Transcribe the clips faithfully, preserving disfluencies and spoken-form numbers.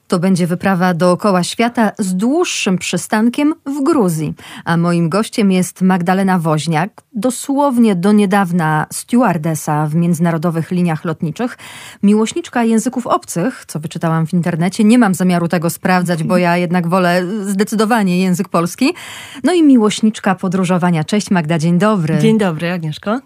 To będzie wyprawa dookoła świata z dłuższym przystankiem w Gruzji. A moim gościem jest Magdalena Woźniak, dosłownie do niedawna stewardesa w międzynarodowych liniach lotniczych, miłośniczka języków obcych, co wyczytałam w internecie. Nie mam zamiaru tego sprawdzać, bo ja jednak wolę zdecydowanie język polski. No i miłośniczka podróżowania. Cześć Magda, dzień dobry. Dzień dobry, Agnieszko.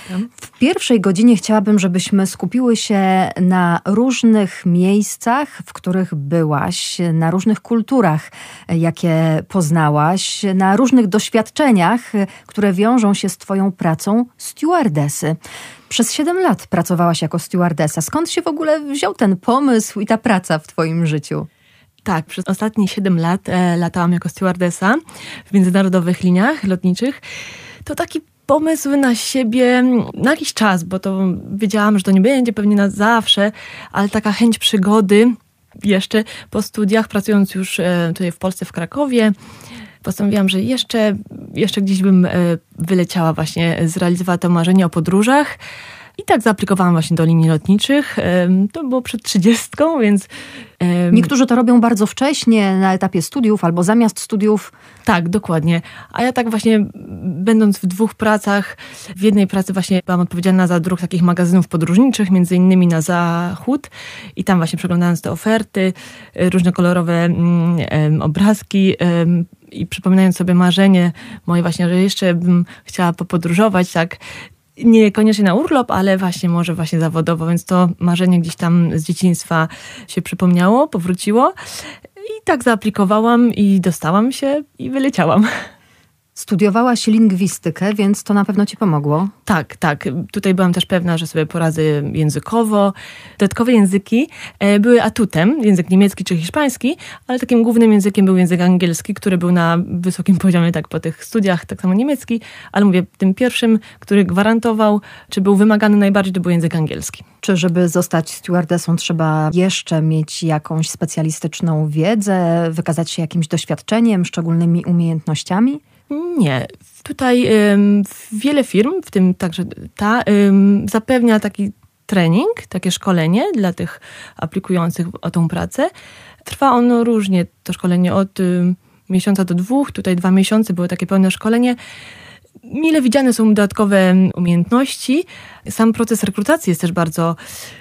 W pierwszej godzinie chciałabym, żebyśmy skupiły się na różnych miejscach, w których byłaś, na różnych kulturach, jakie poznałaś, na różnych doświadczeniach, które wiążą się z twoją pracą stewardesy. Przez siedem lat pracowałaś jako stewardesa. Skąd się w ogóle wziął ten pomysł i ta praca w twoim życiu? Tak, przez ostatnie siedem lat e, latałam jako stewardesa w międzynarodowych liniach lotniczych. To taki pomysł na siebie na jakiś czas, bo to wiedziałam, że to nie będzie pewnie na zawsze, ale taka chęć przygody jeszcze po studiach, pracując już tutaj w Polsce, w Krakowie, postanowiłam, że jeszcze, jeszcze gdzieś bym wyleciała właśnie, zrealizowała to marzenie o podróżach. I tak zaaplikowałam właśnie do linii lotniczych. To było przed trzydziestką, więc... Niektórzy to robią bardzo wcześnie, na etapie studiów albo zamiast studiów. Tak, dokładnie. A ja tak właśnie, będąc w dwóch pracach, w jednej pracy właśnie byłam odpowiedzialna za druk takich magazynów podróżniczych, między innymi na Zachód. I tam właśnie przeglądając te oferty, różne kolorowe um, obrazki um, i przypominając sobie marzenie moje właśnie, że jeszcze bym chciała popodróżować, tak, niekoniecznie na urlop, ale właśnie może właśnie zawodowo, więc to marzenie gdzieś tam z dzieciństwa się przypomniało, powróciło i tak zaaplikowałam i dostałam się i wyleciałam. Studiowałaś lingwistykę, więc to na pewno ci pomogło. Tak, tak. Tutaj byłam też pewna, że sobie poradzę językowo. Dodatkowe języki były atutem, język niemiecki czy hiszpański, ale takim głównym językiem był język angielski, który był na wysokim poziomie tak po tych studiach, tak samo niemiecki, ale mówię, tym pierwszym, który gwarantował, czy był wymagany najbardziej, to był język angielski. Czy żeby zostać stewardessą trzeba jeszcze mieć jakąś specjalistyczną wiedzę, wykazać się jakimś doświadczeniem, szczególnymi umiejętnościami? Nie. Tutaj ym, wiele firm, w tym także ta, ym, zapewnia taki trening, takie szkolenie dla tych aplikujących o tą pracę. Trwa ono różnie, to szkolenie od ym, miesiąca do dwóch, tutaj dwa miesiące było takie pełne szkolenie. Mile widziane są dodatkowe umiejętności. Sam proces rekrutacji jest też bardzo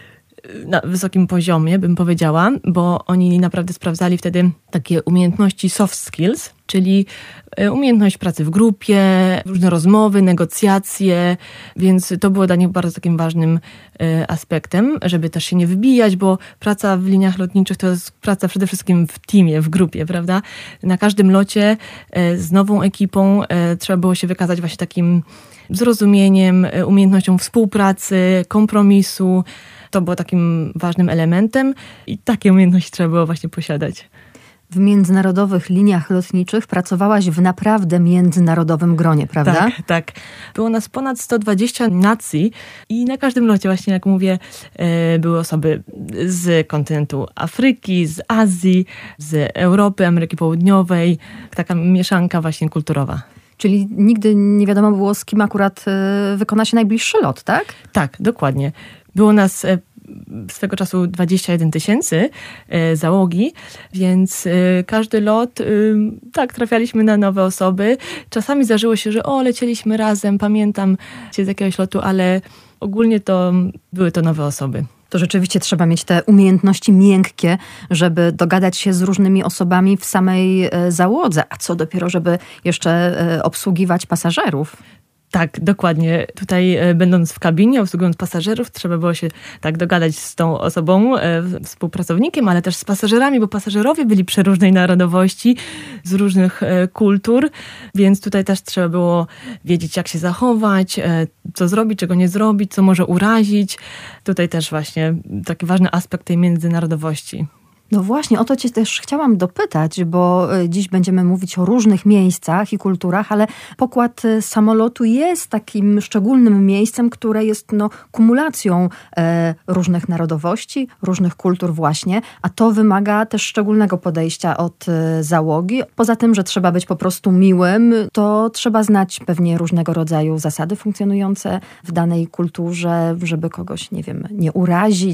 na wysokim poziomie, bym powiedziała, bo oni naprawdę sprawdzali wtedy takie umiejętności soft skills, czyli umiejętność pracy w grupie, różne rozmowy, negocjacje, więc to było dla nich bardzo takim ważnym aspektem, żeby też się nie wybijać, bo praca w liniach lotniczych to jest praca przede wszystkim w teamie, w grupie, prawda? Na każdym locie z nową ekipą trzeba było się wykazać właśnie takim zrozumieniem, umiejętnością współpracy, kompromisu. To było takim ważnym elementem i takie umiejętności trzeba było właśnie posiadać. W międzynarodowych liniach lotniczych pracowałaś w naprawdę międzynarodowym gronie, prawda? Tak, tak. Było nas ponad sto dwadzieścia nacji i na każdym locie właśnie, jak mówię, były osoby z kontynentu Afryki, z Azji, z Europy, Ameryki Południowej. Taka mieszanka właśnie kulturowa. Czyli nigdy nie wiadomo było, z kim akurat wykona się najbliższy lot, tak? Tak, dokładnie. Było nas swego czasu dwadzieścia jeden tysięcy załogi, więc każdy lot, tak, trafialiśmy na nowe osoby. Czasami zdarzyło się, że o, lecieliśmy razem, pamiętam cię z jakiegoś lotu, ale ogólnie to były to nowe osoby. To rzeczywiście trzeba mieć te umiejętności miękkie, żeby dogadać się z różnymi osobami w samej załodze, a co dopiero, żeby jeszcze obsługiwać pasażerów. Tak, dokładnie. Tutaj będąc w kabinie, obsługując pasażerów, trzeba było się tak dogadać z tą osobą, e, współpracownikiem, ale też z pasażerami, bo pasażerowie byli przeróżnej narodowości, z różnych e, kultur, więc tutaj też trzeba było wiedzieć, jak się zachować, e, co zrobić, czego nie zrobić, co może urazić. Tutaj też właśnie taki ważny aspekt tej międzynarodowości. No właśnie, o to cię też chciałam dopytać, bo dziś będziemy mówić o różnych miejscach i kulturach, ale pokład samolotu jest takim szczególnym miejscem, które jest no, kumulacją e, różnych narodowości, różnych kultur właśnie, a to wymaga też szczególnego podejścia od e, załogi. Poza tym, że trzeba być po prostu miłym, to trzeba znać pewnie różnego rodzaju zasady funkcjonujące w danej kulturze, żeby kogoś, nie wiem, nie urazić.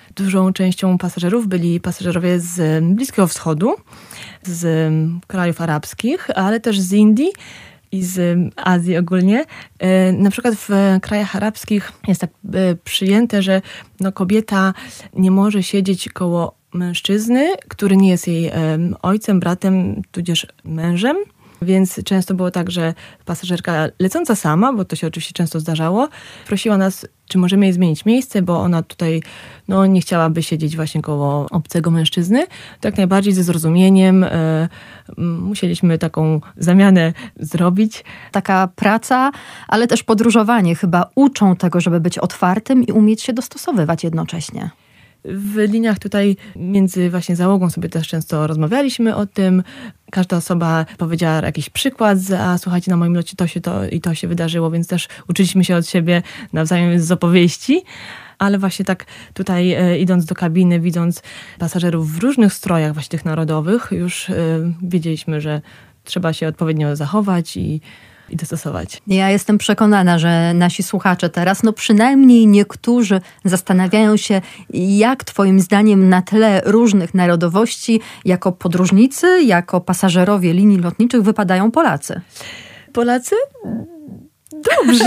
Dużą częścią pasażerów byli pasażerowie z Bliskiego Wschodu, z krajów arabskich, ale też z Indii i z Azji ogólnie. Na przykład w krajach arabskich jest tak przyjęte, że no kobieta nie może siedzieć koło mężczyzny, który nie jest jej ojcem, bratem, tudzież mężem. Więc często było tak, że pasażerka lecąca sama, bo to się oczywiście często zdarzało, prosiła nas, czy możemy jej zmienić miejsce, bo ona tutaj no, nie chciałaby siedzieć właśnie koło obcego mężczyzny. Tak najbardziej ze zrozumieniem e, musieliśmy taką zamianę zrobić. Taka praca, ale też podróżowanie chyba uczą tego, żeby być otwartym i umieć się dostosowywać jednocześnie. W liniach tutaj między właśnie załogą sobie też często rozmawialiśmy o tym. Każda osoba powiedziała jakiś przykład, a słuchajcie, na moim locie to się to i to się wydarzyło, więc też uczyliśmy się od siebie nawzajem z opowieści. Ale właśnie tak tutaj e, idąc do kabiny, widząc pasażerów w różnych strojach właśnie tych narodowych, już e, wiedzieliśmy, że trzeba się odpowiednio zachować i i dostosować. Ja jestem przekonana, że nasi słuchacze teraz, no przynajmniej niektórzy zastanawiają się, jak twoim zdaniem na tle różnych narodowości jako podróżnicy, jako pasażerowie linii lotniczych wypadają Polacy. Polacy? Dobrze.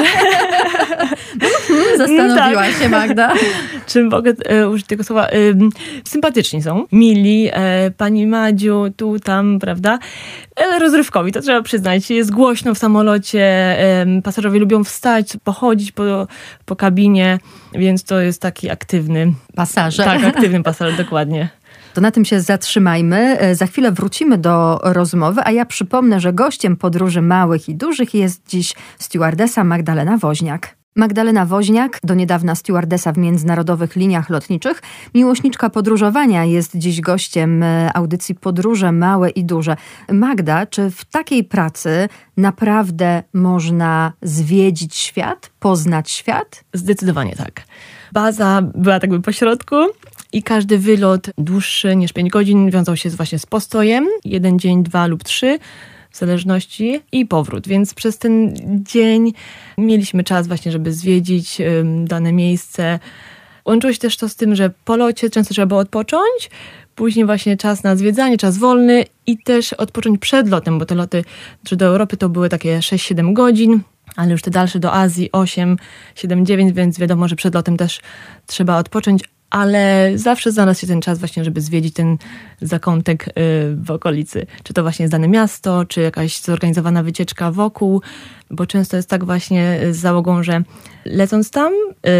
Zastanowiła się Magda. Czy mogę e, użyć tego słowa? E, sympatyczni są, mili, e, pani Madziu, tu, tam, prawda? Ale rozrywkowi, to trzeba przyznać. Jest głośno w samolocie, e, pasażerowie lubią wstać, pochodzić po, po kabinie, więc to jest taki aktywny pasażer. Tak, aktywny pasażer, dokładnie. To na tym się zatrzymajmy. Za chwilę wrócimy do rozmowy, a ja przypomnę, że gościem podróży małych i dużych jest dziś stewardesa Magdalena Woźniak. Magdalena Woźniak, do niedawna stewardesa w międzynarodowych liniach lotniczych, miłośniczka podróżowania, jest dziś gościem audycji Podróże Małe i Duże. Magda, czy w takiej pracy naprawdę można zwiedzić świat, poznać świat? Zdecydowanie tak. Baza była tak by po środku i każdy wylot dłuższy niż pięć godzin wiązał się właśnie z postojem. Jeden dzień, dwa lub trzy, w zależności, i powrót. Więc przez ten dzień mieliśmy czas właśnie, żeby zwiedzić ym, dane miejsce. Łączyło się też to z tym, że po locie często trzeba było odpocząć, później właśnie czas na zwiedzanie, czas wolny i też odpocząć przed lotem, bo te loty do Europy to były takie sześć siedem godzin, ale już te dalsze do Azji osiem, siedem, dziewięć, więc wiadomo, że przed lotem też trzeba odpocząć, ale zawsze znalazł się ten czas właśnie, żeby zwiedzić ten zakątek w okolicy. Czy to właśnie jest dane miasto, czy jakaś zorganizowana wycieczka wokół, bo często jest tak właśnie z załogą, że lecąc tam,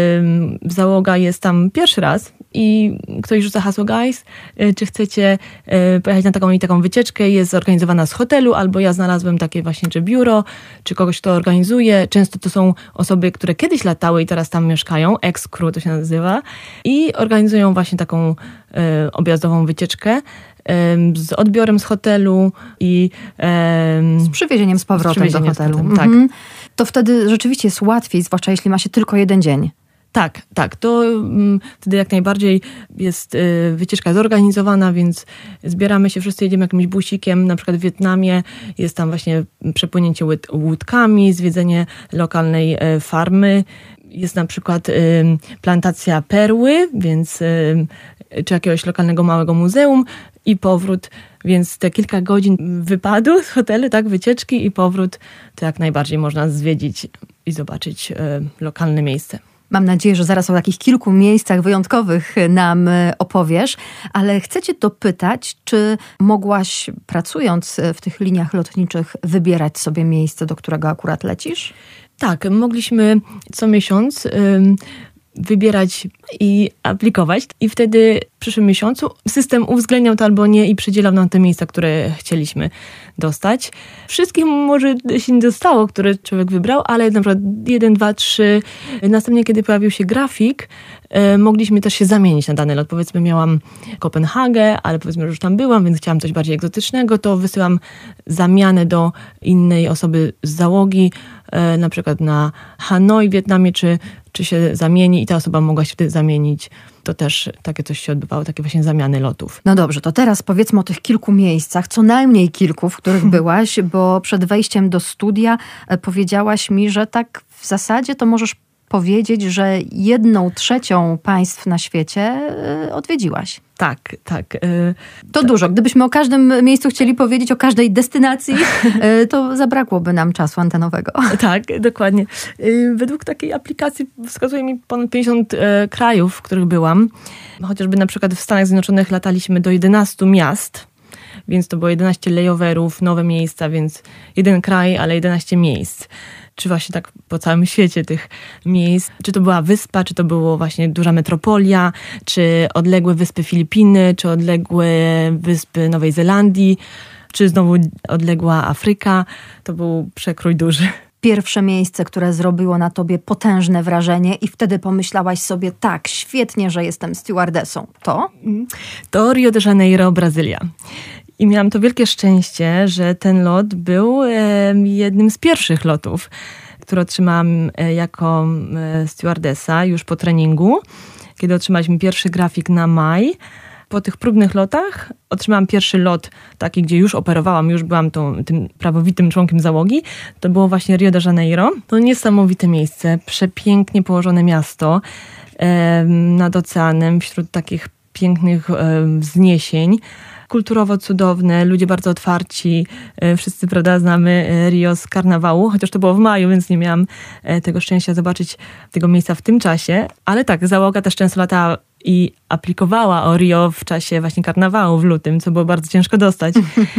załoga jest tam pierwszy raz i ktoś rzuca hasło, guys, czy chcecie pojechać na taką i taką wycieczkę, jest zorganizowana z hotelu, albo ja znalazłem takie właśnie, czy biuro, czy kogoś, kto organizuje. Często to są osoby, które kiedyś latały i teraz tam mieszkają, ex-crew to się nazywa, i organizują właśnie taką e, objazdową wycieczkę e, z odbiorem z hotelu i e, z przywiezieniem z powrotem z przywiezieniem do hotelu. Powrotem, tak. Mhm. To wtedy rzeczywiście jest łatwiej, zwłaszcza jeśli ma się tylko jeden dzień. Tak, tak. To um, wtedy jak najbardziej jest y, wycieczka zorganizowana, więc zbieramy się, wszyscy jedziemy jakimś busikiem. Na przykład w Wietnamie jest tam właśnie przepłynięcie łód, łódkami, zwiedzenie lokalnej y, farmy. Jest na przykład y, plantacja perły, więc y, czy jakiegoś lokalnego małego muzeum i powrót. Więc te kilka godzin wypadu z hotelu, tak, wycieczki i powrót, to jak najbardziej można zwiedzić i zobaczyć y, lokalne miejsce. Mam nadzieję, że zaraz o takich kilku miejscach wyjątkowych nam opowiesz, ale chcę cię dopytać, czy mogłaś, pracując w tych liniach lotniczych, wybierać sobie miejsce, do którego akurat lecisz? Tak, mogliśmy co miesiąc ym, wybierać i aplikować i wtedy w przyszłym miesiącu system uwzględniał to albo nie i przydzielał nam te miejsca, które chcieliśmy dostać. Wszystkich może się nie dostało, które człowiek wybrał, ale na przykład jeden, dwa, trzy. Następnie, kiedy pojawił się grafik, e, mogliśmy też się zamienić na dany lot. Powiedzmy, miałam Kopenhagę, ale powiedzmy, że już tam byłam, więc chciałam coś bardziej egzotycznego, to wysyłam zamianę do innej osoby z załogi, e, na przykład na Hanoi w Wietnamie, czy, czy się zamieni i ta osoba mogła się wtedy zamienić. To też takie coś się odbywało, takie właśnie zamiany lotów. No dobrze, to teraz powiedzmy o tych kilku miejscach, co najmniej kilku, w których byłaś, bo przed wejściem do studia powiedziałaś mi, że tak w zasadzie to możesz powiedzieć, że jedną trzecią państw na świecie odwiedziłaś. Tak, tak. To dużo. Gdybyśmy o każdym miejscu chcieli powiedzieć, o każdej destynacji, to zabrakłoby nam czasu antenowego. Tak, dokładnie. Według takiej aplikacji wskazuje mi ponad pięćdziesiąt krajów, w których byłam. Chociażby na przykład w Stanach Zjednoczonych lataliśmy do jedenastu miast, więc to było jedenaście layoverów, nowe miejsca, więc jeden kraj, ale jedenaście miejsc. Czy właśnie tak po całym świecie tych miejsc. Czy to była wyspa, czy to było właśnie duża metropolia, czy odległe wyspy Filipiny, czy odległe wyspy Nowej Zelandii, czy znowu odległa Afryka. To był przekrój duży. Pierwsze miejsce, które zrobiło na tobie potężne wrażenie i wtedy pomyślałaś sobie, tak, świetnie, że jestem stewardessą. To? To Rio de Janeiro, Brazylia. I miałam to wielkie szczęście, że ten lot był e, jednym z pierwszych lotów, które otrzymałam e, jako e, stewardessa już po treningu, kiedy otrzymaliśmy pierwszy grafik na maj. Po tych próbnych lotach otrzymałam pierwszy lot taki, gdzie już operowałam, już byłam tą, tym prawowitym członkiem załogi. To było właśnie Rio de Janeiro. To niesamowite miejsce, przepięknie położone miasto e, nad oceanem, wśród takich pięknych e, wzniesień. Kulturowo cudowne, ludzie bardzo otwarci. Wszyscy, prawda, znamy Rio z karnawału, chociaż to było w maju, więc nie miałam tego szczęścia zobaczyć tego miejsca w tym czasie. Ale tak, załoga też często latała i aplikowała o Rio w czasie właśnie karnawału w lutym, co było bardzo ciężko dostać.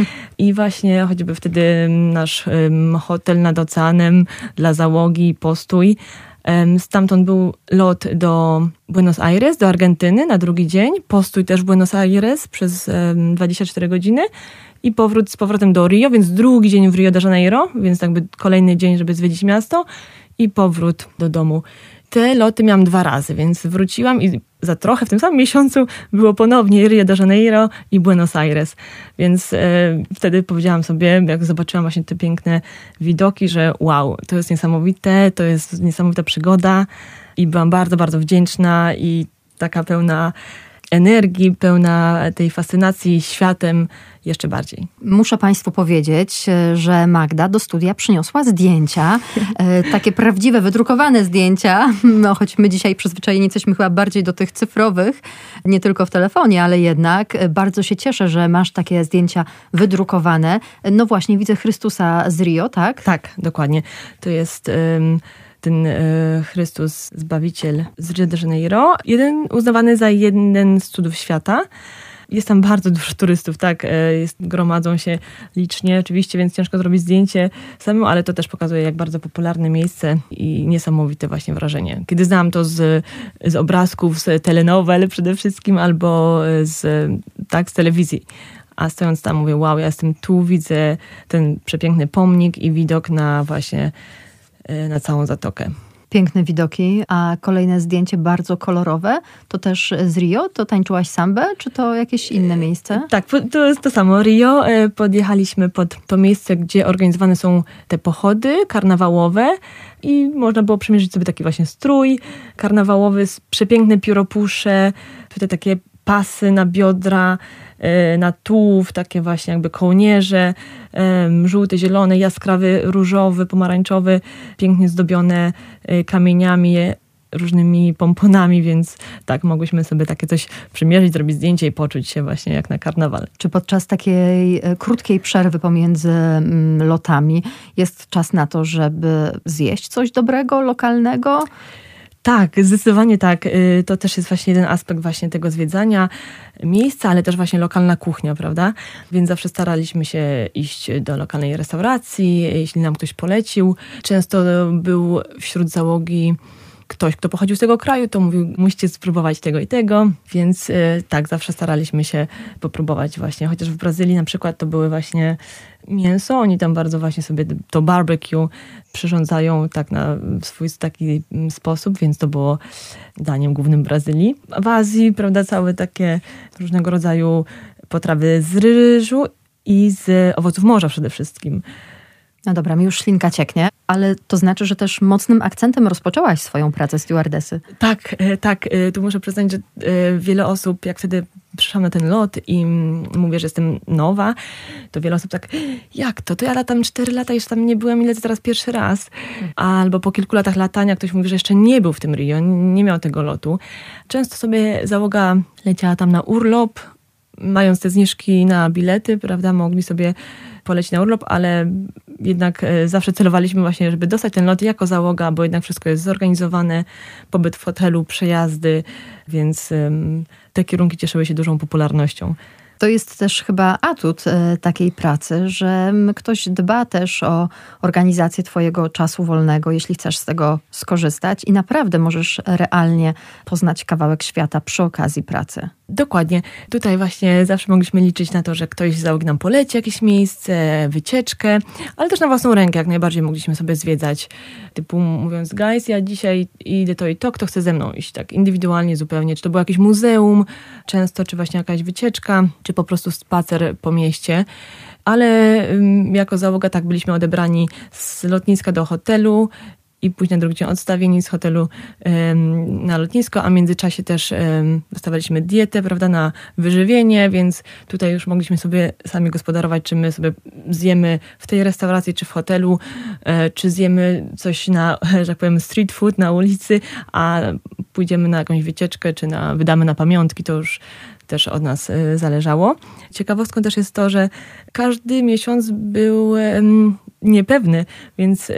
I właśnie choćby wtedy nasz hotel nad oceanem dla załogi, postój. Stamtąd był lot do Buenos Aires, do Argentyny na drugi dzień. Postój też w Buenos Aires przez dwadzieścia cztery godziny i powrót z powrotem do Rio, więc drugi dzień w Rio de Janeiro, więc jakby kolejny dzień, żeby zwiedzić miasto i powrót do domu. Te loty miałam dwa razy, więc wróciłam i za trochę w tym samym miesiącu było ponownie Rio de Janeiro i Buenos Aires. Więc e, wtedy powiedziałam sobie, jak zobaczyłam właśnie te piękne widoki, że wow, to jest niesamowite, to jest niesamowita przygoda i byłam bardzo, bardzo wdzięczna i taka pełna energii, pełna tej fascynacji światem jeszcze bardziej. Muszę Państwu powiedzieć, że Magda do studia przyniosła zdjęcia, takie prawdziwe, wydrukowane zdjęcia, no choć my dzisiaj przyzwyczajeni jesteśmy chyba bardziej do tych cyfrowych, nie tylko w telefonie, ale jednak bardzo się cieszę, że masz takie zdjęcia wydrukowane. No właśnie, widzę Chrystusa z Rio, tak? Tak, dokładnie. To jest... Um, ten e, Chrystus, Zbawiciel z Rio de Janeiro. Jeden uznawany za jeden z cudów świata. Jest tam bardzo dużo turystów, tak, e, jest, gromadzą się licznie oczywiście, więc ciężko zrobić zdjęcie samemu, ale to też pokazuje, jak bardzo popularne miejsce i niesamowite właśnie wrażenie. Kiedy znałam to z, z obrazków, z telenowel przede wszystkim, albo z, tak, z telewizji. A stojąc tam mówię, wow, ja jestem tu, widzę ten przepiękny pomnik i widok na właśnie na całą zatokę. Piękne widoki, a kolejne zdjęcie bardzo kolorowe. To też z Rio? To tańczyłaś sambę, czy to jakieś inne miejsce? Tak, to jest to samo. Rio. Podjechaliśmy pod to miejsce, gdzie organizowane są te pochody karnawałowe i można było przymierzyć sobie taki właśnie strój karnawałowy, przepiękne pióropusze, tutaj takie pasy na biodra, na tułów, takie właśnie jakby kołnierze, żółty, zielony, jaskrawy, różowy, pomarańczowy, pięknie zdobione kamieniami, różnymi pomponami, więc tak, mogłyśmy sobie takie coś przymierzyć, zrobić zdjęcie i poczuć się właśnie jak na karnawale. Czy podczas takiej krótkiej przerwy pomiędzy lotami jest czas na to, żeby zjeść coś dobrego, lokalnego? Tak, zdecydowanie tak. To też jest właśnie jeden aspekt właśnie tego zwiedzania miejsca, ale też właśnie lokalna kuchnia, prawda? Więc zawsze staraliśmy się iść do lokalnej restauracji, jeśli nam ktoś polecił. Często był wśród załogi ktoś, kto pochodził z tego kraju, to mówił, musicie spróbować tego i tego, więc tak, zawsze staraliśmy się popróbować właśnie, chociaż w Brazylii na przykład to były właśnie mięso, oni tam bardzo właśnie sobie to barbecue przyrządzają tak na swój taki sposób, więc to było daniem głównym Brazylii. W Azji, prawda, całe takie różnego rodzaju potrawy z ryżu i z owoców morza przede wszystkim. No dobra, mi już ślinka cieknie, ale to znaczy, że też mocnym akcentem rozpoczęłaś swoją pracę stewardessy. Tak, tak. Tu muszę przyznać, że wiele osób, jak wtedy przyszłam na ten lot i mówię, że jestem nowa, to wiele osób tak, jak to? To ja latam cztery lata, jeszcze tam nie byłam, ile teraz pierwszy raz. Albo po kilku latach latania ktoś mówi, że jeszcze nie był w tym Rio, nie miał tego lotu. Często sobie załoga leciała tam na urlop, mając te zniżki na bilety, prawda, mogli sobie polecieć na urlop, ale jednak zawsze celowaliśmy właśnie, żeby dostać ten lot jako załoga, bo jednak wszystko jest zorganizowane, pobyt w hotelu, przejazdy, więc um, te kierunki cieszyły się dużą popularnością. To jest też chyba atut e, takiej pracy, że ktoś dba też o organizację twojego czasu wolnego, jeśli chcesz z tego skorzystać i naprawdę możesz realnie poznać kawałek świata przy okazji pracy. Dokładnie. Tutaj właśnie zawsze mogliśmy liczyć na to, że ktoś z załogi nam poleci jakieś miejsce, wycieczkę, ale też na własną rękę jak najbardziej mogliśmy sobie zwiedzać. Typu mówiąc, guys, ja dzisiaj idę to i to, kto chce ze mną iść tak indywidualnie zupełnie. Czy to było jakieś muzeum często, czy właśnie jakaś wycieczka, czy po prostu spacer po mieście. Ale jako załoga tak byliśmy odebrani z lotniska do hotelu i później na drugi dzień odstawieni z hotelu um, na lotnisko, a w międzyczasie też um, dostawaliśmy dietę, prawda, na wyżywienie, więc tutaj już mogliśmy sobie sami gospodarować, czy my sobie zjemy w tej restauracji, czy w hotelu, e, czy zjemy coś na, że tak powiem, street food na ulicy, a pójdziemy na jakąś wycieczkę, czy na, wydamy na pamiątki, to już też od nas e, zależało. Ciekawostką też jest to, że każdy miesiąc był um, niepewny, więc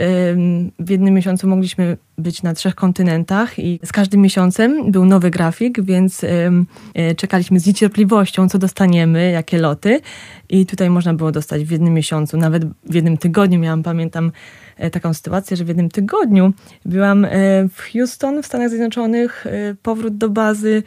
w jednym miesiącu mogliśmy być na trzech kontynentach i z każdym miesiącem był nowy grafik, więc czekaliśmy z niecierpliwością, co dostaniemy, jakie loty i tutaj można było dostać w jednym miesiącu, nawet w jednym tygodniu. Miałam, pamiętam, taką sytuację, że w jednym tygodniu byłam w Houston w Stanach Zjednoczonych, powrót do bazy,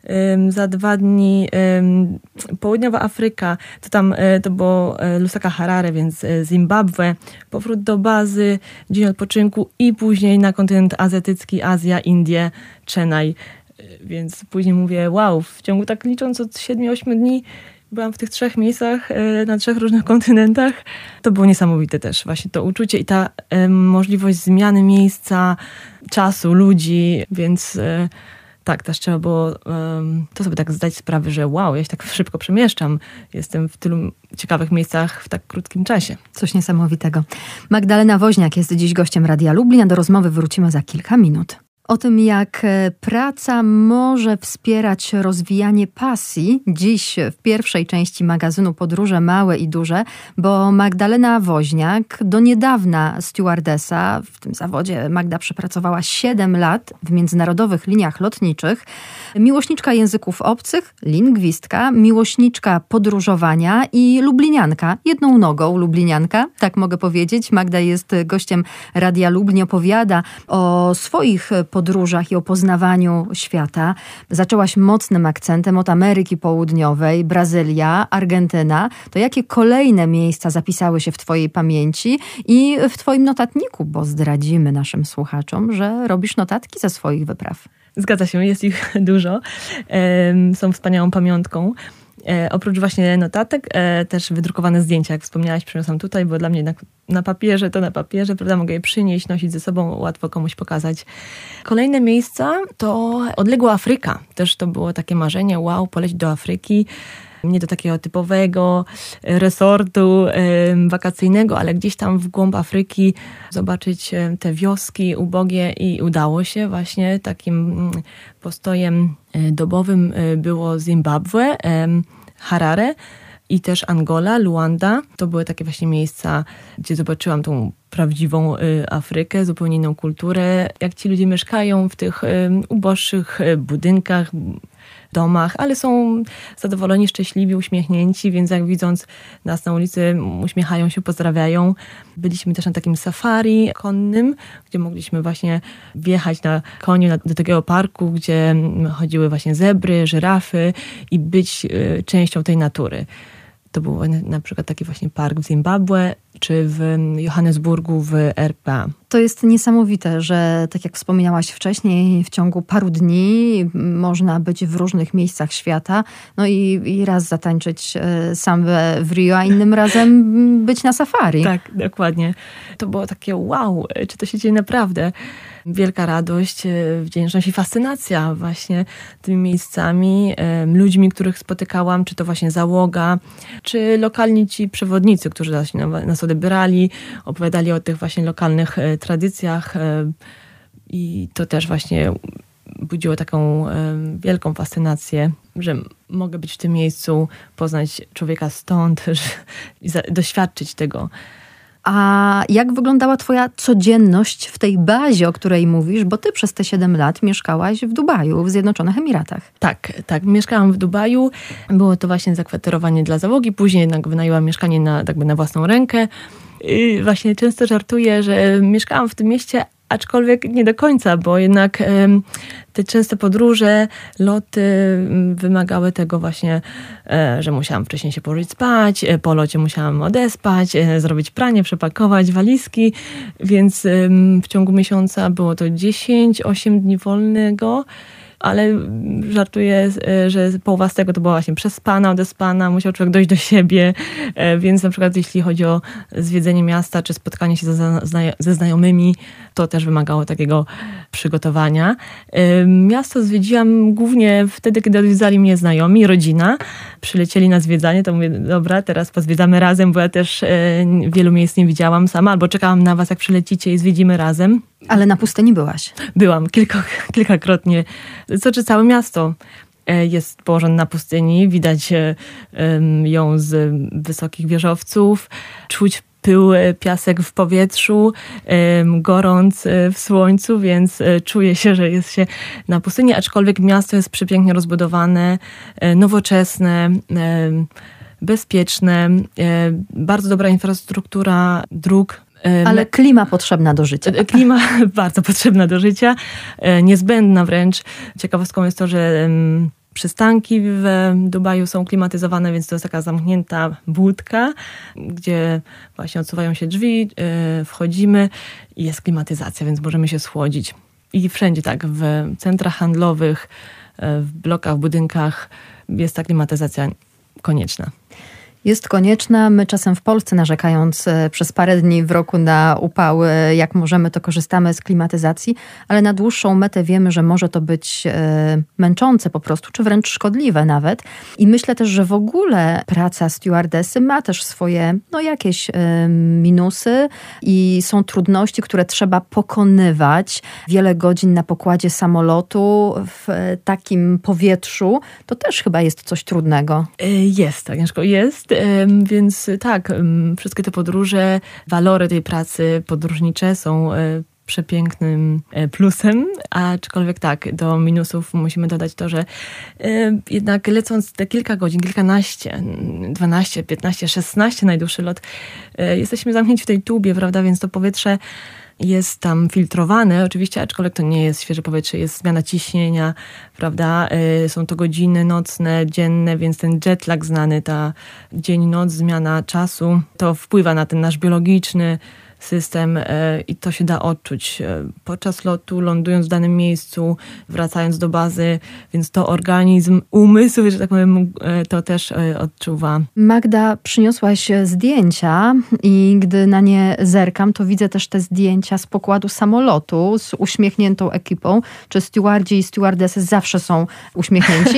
za dwa dni południowa Afryka, to tam to było Lusaka, Harare, więc Zimbabwe, powrót do bazy, dzień odpoczynku i później na kontynent azjatycki, Azja, Indie, Chennai. Więc później mówię, wow, w ciągu tak licząc od siedmiu ośmiu dni byłam w tych trzech miejscach, na trzech różnych kontynentach. To było niesamowite też, właśnie to uczucie i ta możliwość zmiany miejsca, czasu, ludzi, więc tak, też trzeba było um, to sobie tak zdać sprawę, że wow, ja się tak szybko przemieszczam. Jestem w tylu ciekawych miejscach w tak krótkim czasie. Coś niesamowitego. Magdalena Woźniak jest dziś gościem Radia Lublin, a do rozmowy wrócimy za kilka minut. O tym, jak praca może wspierać rozwijanie pasji, dziś w pierwszej części magazynu Podróże Małe i Duże, bo Magdalena Woźniak, do niedawna stewardessa, w tym zawodzie Magda przepracowała siedem lat w międzynarodowych liniach lotniczych, miłośniczka języków obcych, lingwistka, miłośniczka podróżowania i lublinianka, jedną nogą lublinianka, tak mogę powiedzieć. Magda jest gościem Radia Lublin, opowiada o swoich podróżach i o poznawaniu świata. Zaczęłaś mocnym akcentem od Ameryki Południowej, Brazylia, Argentyna. To jakie kolejne miejsca zapisały się w twojej pamięci i w twoim notatniku? Bo zdradzimy naszym słuchaczom, że robisz notatki ze swoich wypraw. Zgadza się, jest ich dużo. Są wspaniałą pamiątką. E, oprócz właśnie notatek, e, też wydrukowane zdjęcia, jak wspomniałaś, przyniosłam tutaj, bo dla mnie jednak na papierze to na papierze, prawda, mogę je przynieść, nosić ze sobą, łatwo komuś pokazać. Kolejne miejsca to odległa Afryka. Też to było takie marzenie, wow, polecieć do Afryki. Nie do takiego typowego resortu y, wakacyjnego, ale gdzieś tam w głąb Afryki zobaczyć te wioski ubogie i udało się właśnie. Takim y, postojem y, dobowym y, było Zimbabwe, y, Harare i też Angola, Luanda. To były takie właśnie miejsca, gdzie zobaczyłam tą prawdziwą y, Afrykę, zupełnie inną kulturę. Jak ci ludzie mieszkają w tych y, uboższych y, budynkach, domach, ale są zadowoleni, szczęśliwi, uśmiechnięci, więc jak widząc nas na ulicy, uśmiechają się, pozdrawiają. Byliśmy też na takim safari konnym, gdzie mogliśmy właśnie wjechać na koniu do takiego parku, gdzie chodziły właśnie zebry, żyrafy i być y, częścią tej natury. To był na przykład taki właśnie park w Zimbabwe. czy w Johannesburgu w R P A. To jest niesamowite, że tak jak wspominałaś wcześniej, w ciągu paru dni można być w różnych miejscach świata, no i, i raz zatańczyć sambę w Rio, a innym razem być na safari. Tak, dokładnie. To było takie wow, czy to się dzieje naprawdę? Wielka radość, wdzięczność i fascynacja właśnie tymi miejscami, ludźmi, których spotykałam, czy to właśnie załoga, czy lokalni ci przewodnicy, którzy nas odebrali, opowiadali o tych właśnie lokalnych tradycjach i to też właśnie budziło taką wielką fascynację, że mogę być w tym miejscu, poznać człowieka stąd, że, doświadczyć tego. A jak wyglądała twoja codzienność w tej bazie, o której mówisz? Bo ty przez te siedem lat mieszkałaś w Dubaju, w Zjednoczonych Emiratach. Tak, tak. Mieszkałam w Dubaju. Było to właśnie zakwaterowanie dla załogi. Później jednak wynajęłam mieszkanie na, jakby na własną rękę. I właśnie często żartuję, że mieszkałam w tym mieście, aczkolwiek nie do końca, bo jednak te częste podróże, loty wymagały tego właśnie, że musiałam wcześniej się położyć spać, po locie musiałam odespać, zrobić pranie, przepakować walizki, więc w ciągu miesiąca było to dziesięć, osiem dni wolnego, ale żartuję, że połowa z tego to była właśnie przespana, odespana, musiał człowiek dojść do siebie, więc na przykład jeśli chodzi o zwiedzenie miasta, czy spotkanie się ze, ze znajomymi, to też wymagało takiego przygotowania. Miasto zwiedziłam głównie wtedy, kiedy odwiedzali mnie znajomi, rodzina. Przylecieli na zwiedzanie, to mówię, dobra, teraz pozwiedzamy razem, bo ja też wielu miejsc nie widziałam sama, albo czekałam na was, jak przylecicie i zwiedzimy razem. Ale na pustyni byłaś? Byłam kilka, kilkakrotnie. Co czy całe miasto jest położone na pustyni. Widać ją z wysokich wieżowców. Czuć pył, piasek w powietrzu, gorąc w słońcu, więc czuje się, że jest się na pustyni. Aczkolwiek miasto jest przepięknie rozbudowane, nowoczesne, bezpieczne, bardzo dobra infrastruktura dróg. Ale klima potrzebna do życia. Klima bardzo potrzebna do życia, niezbędna wręcz. Ciekawostką jest to, że przystanki w Dubaju są klimatyzowane, więc to jest taka zamknięta budka, gdzie właśnie odsuwają się drzwi, wchodzimy i jest klimatyzacja, więc możemy się schłodzić. I wszędzie tak, w centrach handlowych, w blokach, w budynkach jest ta klimatyzacja konieczna. Jest konieczna. My czasem w Polsce, narzekając przez parę dni w roku na upały, jak możemy, to korzystamy z klimatyzacji, ale na dłuższą metę wiemy, że może to być męczące po prostu, czy wręcz szkodliwe nawet. I myślę też, że w ogóle praca stewardessy ma też swoje, no jakieś minusy i są trudności, które trzeba pokonywać. Wiele godzin na pokładzie samolotu w takim powietrzu, to też chyba jest coś trudnego. Jest, Agnieszko, jest. Więc tak, wszystkie te podróże, walory tej pracy podróżnicze są przepięknym plusem, aczkolwiek tak, do minusów musimy dodać to, że jednak lecąc te kilka godzin, kilkanaście, dwanaście, piętnaście, szesnaście najdłuższy lot, jesteśmy zamknięci w tej tubie, prawda, więc to powietrze jest tam filtrowane, oczywiście, aczkolwiek to nie jest świeże powietrze, jest zmiana ciśnienia, prawda, są to godziny nocne, dzienne, więc ten jetlag znany, ta dzień-noc, zmiana czasu, to wpływa na ten nasz biologiczny system i to się da odczuć podczas lotu, lądując w danym miejscu, wracając do bazy, więc to organizm, umysł, że tak powiem, to też odczuwa. Magda, przyniosłaś zdjęcia i gdy na nie zerkam, to widzę też te zdjęcia z pokładu samolotu z uśmiechniętą ekipą. Czy stewardzi i stewardessy zawsze są uśmiechnięci?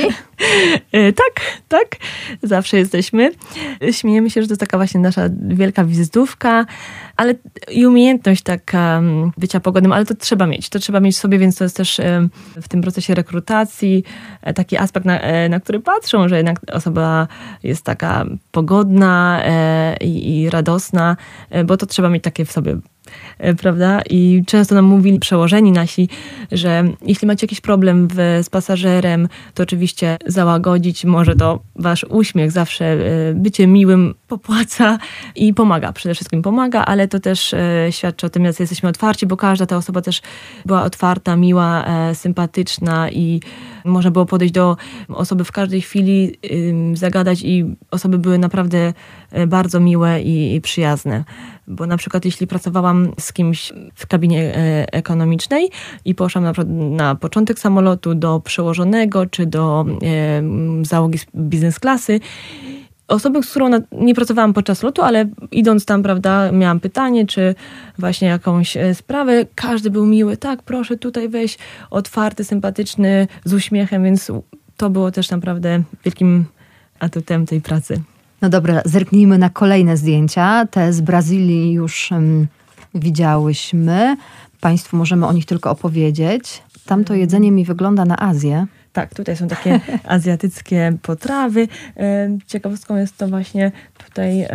Tak, tak. Zawsze jesteśmy. Śmiejemy się, że to jest taka właśnie nasza wielka wizytówka, ale i umiejętność taka bycia pogodnym, ale to trzeba mieć. To trzeba mieć w sobie, więc to jest też w tym procesie rekrutacji taki aspekt, na, na który patrzą, że jednak osoba jest taka pogodna i, i radosna, bo to trzeba mieć takie w sobie prawda? I często nam mówili przełożeni nasi, że jeśli macie jakiś problem w, z pasażerem, to oczywiście załagodzić może to wasz uśmiech, zawsze bycie miłym popłaca i pomaga, przede wszystkim pomaga, ale to też świadczy o tym, jak jesteśmy otwarci, bo każda ta osoba też była otwarta, miła, sympatyczna i można było podejść do osoby w każdej chwili, zagadać i osoby były naprawdę bardzo miłe i, i przyjazne. Bo na przykład jeśli pracowałam z kimś w kabinie ekonomicznej i poszłam na, na początek samolotu do przełożonego czy do e, załogi biznes klasy, osoby, z którą na, nie pracowałam podczas lotu, ale idąc tam, prawda, miałam pytanie, czy właśnie jakąś sprawę, każdy był miły, tak, proszę tutaj weź, otwarty, sympatyczny, z uśmiechem, więc to było też naprawdę wielkim atutem tej pracy. No dobra, zerknijmy na kolejne zdjęcia. Te z Brazylii już um, widziałyśmy. Państwu możemy o nich tylko opowiedzieć. Tamto jedzenie mi wygląda na Azję. Tak, tutaj są takie azjatyckie potrawy. Ciekawostką jest to właśnie tutaj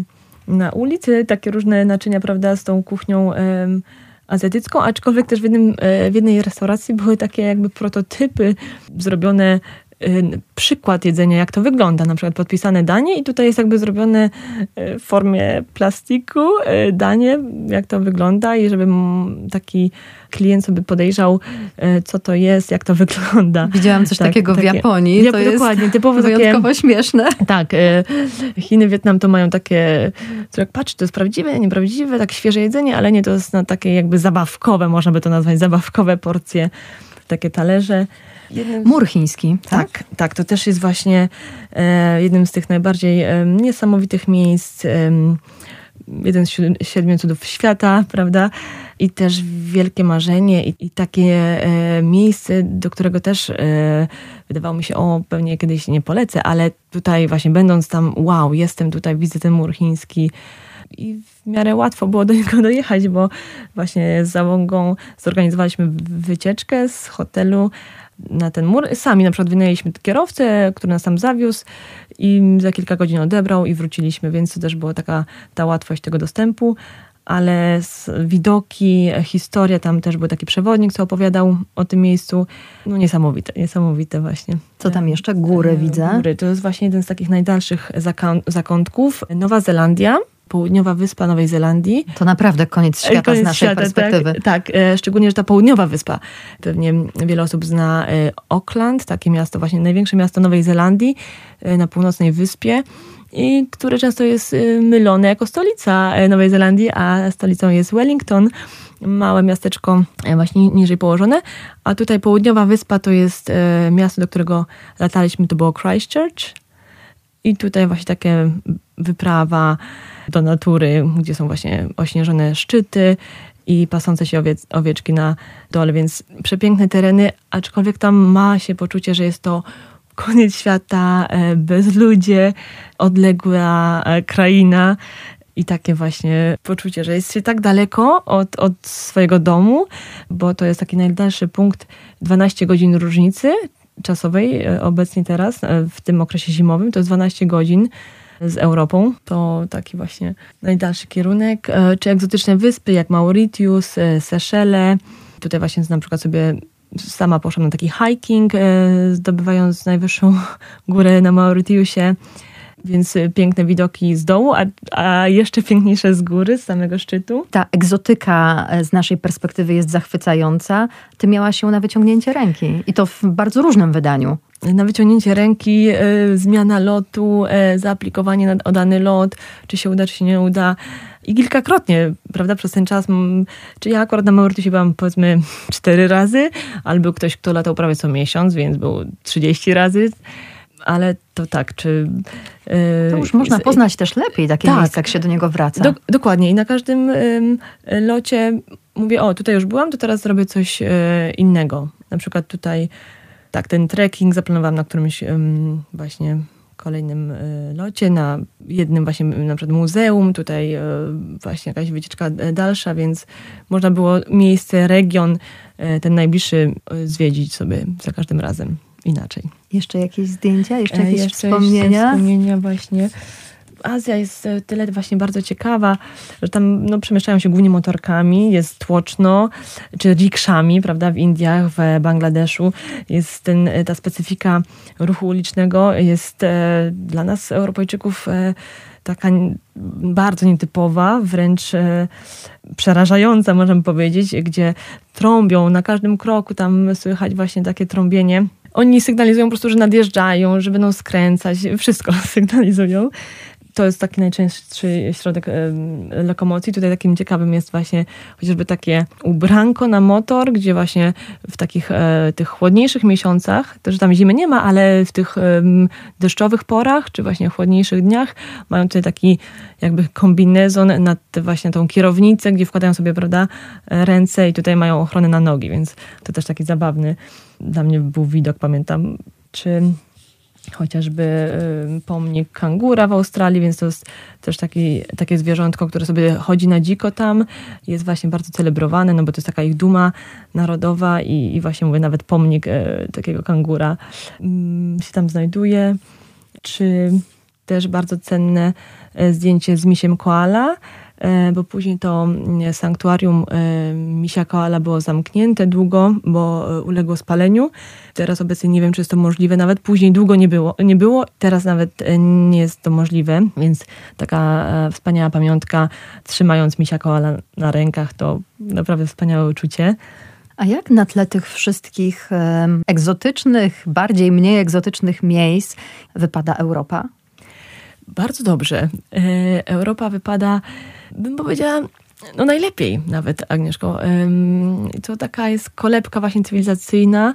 na ulicy takie różne naczynia, prawda, z tą kuchnią azjatycką, aczkolwiek też w, jednym, w jednej restauracji były takie jakby prototypy zrobione, przykład jedzenia, jak to wygląda, na przykład podpisane danie i tutaj jest jakby zrobione w formie plastiku danie, jak to wygląda i żeby taki klient sobie podejrzał, co to jest, jak to wygląda. Widziałam coś tak, takiego takie, w Japonii. Ja, to dokładnie, jest typowo wyjątkowo takie, śmieszne. Tak. Chiny, Wietnam to mają takie, co jak patrz, to jest prawdziwe, nieprawdziwe, tak świeże jedzenie, ale nie, to jest na takie jakby zabawkowe, można by to nazwać, zabawkowe porcje, takie talerze. Jednym... Mur chiński, tak? Tak, tak, to też jest właśnie e, jednym z tych najbardziej e, niesamowitych miejsc, e, jeden z siedmiu cudów świata, prawda? I też wielkie marzenie i, i takie e, miejsce, do którego też e, wydawało mi się, o, pewnie kiedyś nie polecę, ale tutaj właśnie będąc tam, wow, jestem tutaj, widzę ten mur chiński, i w miarę łatwo było do niego dojechać, bo właśnie z załogą zorganizowaliśmy wycieczkę z hotelu na ten mur. Sami na przykład wynajęliśmy kierowcę, który nas tam zawiózł i za kilka godzin odebrał i wróciliśmy, więc to też była taka ta łatwość tego dostępu, ale widoki, historia, tam też był taki przewodnik, co opowiadał o tym miejscu. No niesamowite, niesamowite właśnie. Co tam jeszcze? Góry widzę. Góry, to jest właśnie jeden z takich najdalszych zakątków. Nowa Zelandia. Południowa wyspa Nowej Zelandii. To naprawdę koniec świata koniec z naszej świata, perspektywy. Tak, tak, szczególnie, że ta południowa wyspa. Pewnie wiele osób zna Auckland, takie miasto, właśnie największe miasto Nowej Zelandii na północnej wyspie, i które często jest mylone jako stolica Nowej Zelandii, a stolicą jest Wellington, małe miasteczko właśnie niżej położone. A tutaj południowa wyspa to jest miasto, do którego lataliśmy, to było Christchurch. I tutaj właśnie takie wyprawa do natury, gdzie są właśnie ośnieżone szczyty i pasące się owie, owieczki na dole, więc przepiękne tereny, aczkolwiek tam ma się poczucie, że jest to koniec świata, bezludzie, odległa kraina i takie właśnie poczucie, że jest się tak daleko od, od swojego domu, bo to jest taki najdalszy punkt, dwanaście godzin różnicy czasowej obecnie teraz, w tym okresie zimowym, to jest dwanaście godzin z Europą. To taki właśnie najdalszy kierunek. Czy egzotyczne wyspy jak Mauritius, Seszele. Tutaj właśnie na przykład sobie sama poszłam na taki hiking, zdobywając najwyższą górę na Mauritiusie. Więc piękne widoki z dołu, a, a jeszcze piękniejsze z góry, z samego szczytu. Ta egzotyka z naszej perspektywy jest zachwycająca. Ty miałaś ją na wyciągnięcie ręki i to w bardzo różnym wydaniu. Na wyciągnięcie ręki, y, zmiana lotu, y, zaaplikowanie na, o dany lot, czy się uda, czy się nie uda. I kilkakrotnie, prawda, przez ten czas, m, czy ja akurat na Mauritiusie byłam powiedzmy cztery razy, ale był ktoś, kto latał prawie co miesiąc, więc był trzydzieści razy. Ale to tak, czy... Yy, to już można poznać też lepiej takie tak, miejsce, jak się do niego wraca. Do, dokładnie. I na każdym yy, locie mówię, o, tutaj już byłam, to teraz zrobię coś yy, innego. Na przykład tutaj, tak, ten trekking zaplanowałam na którymś yy, właśnie kolejnym yy, locie, na jednym właśnie na przykład muzeum, tutaj yy, właśnie jakaś wycieczka dalsza, więc można było miejsce, region, yy, ten najbliższy yy, zwiedzić sobie za każdym razem inaczej. Jeszcze jakieś zdjęcia? Jeszcze jakieś Jeszcze wspomnienia? Wspomnienia właśnie. Azja jest tyle właśnie bardzo ciekawa, że tam no, przemieszczają się głównie motorkami, jest tłoczno, czy rikszami, prawda, w Indiach, w Bangladeszu. Jest ten, ta specyfika ruchu ulicznego jest e, dla nas, Europejczyków, e, taka bardzo nietypowa, wręcz e, przerażająca, możemy powiedzieć, gdzie trąbią na każdym kroku, tam słychać właśnie takie trąbienie. Oni sygnalizują po prostu, że nadjeżdżają, że będą skręcać, wszystko sygnalizują. To jest taki najczęstszy środek lokomocji. Tutaj takim ciekawym jest właśnie chociażby takie ubranko na motor, gdzie właśnie w takich e, tych chłodniejszych miesiącach, to że tam zimy nie ma, ale w tych e, deszczowych porach, czy właśnie chłodniejszych dniach mają tutaj taki jakby kombinezon nad właśnie tą kierownicę, gdzie wkładają sobie, prawda, ręce i tutaj mają ochronę na nogi, więc to też taki zabawny dla mnie był widok, pamiętam. Czy chociażby y, pomnik kangura w Australii, więc to jest też taki, takie zwierzątko, które sobie chodzi na dziko tam. Jest właśnie bardzo celebrowane, no bo to jest taka ich duma narodowa i, i właśnie mówię, nawet pomnik y, takiego kangura y, się tam znajduje. Czy też bardzo cenne y, zdjęcie z misiem koala, bo później to sanktuarium misia koala było zamknięte długo, bo uległo spaleniu. Teraz obecnie nie wiem, czy jest to możliwe. Nawet później długo nie było. Nie było. Teraz nawet nie jest to możliwe, więc taka wspaniała pamiątka, trzymając misia koala na rękach, to naprawdę wspaniałe uczucie. A jak na tle tych wszystkich e, egzotycznych, bardziej mniej egzotycznych miejsc wypada Europa? Bardzo dobrze. Europa wypada, bym powiedziała, no najlepiej nawet, Agnieszko. To taka jest kolebka właśnie cywilizacyjna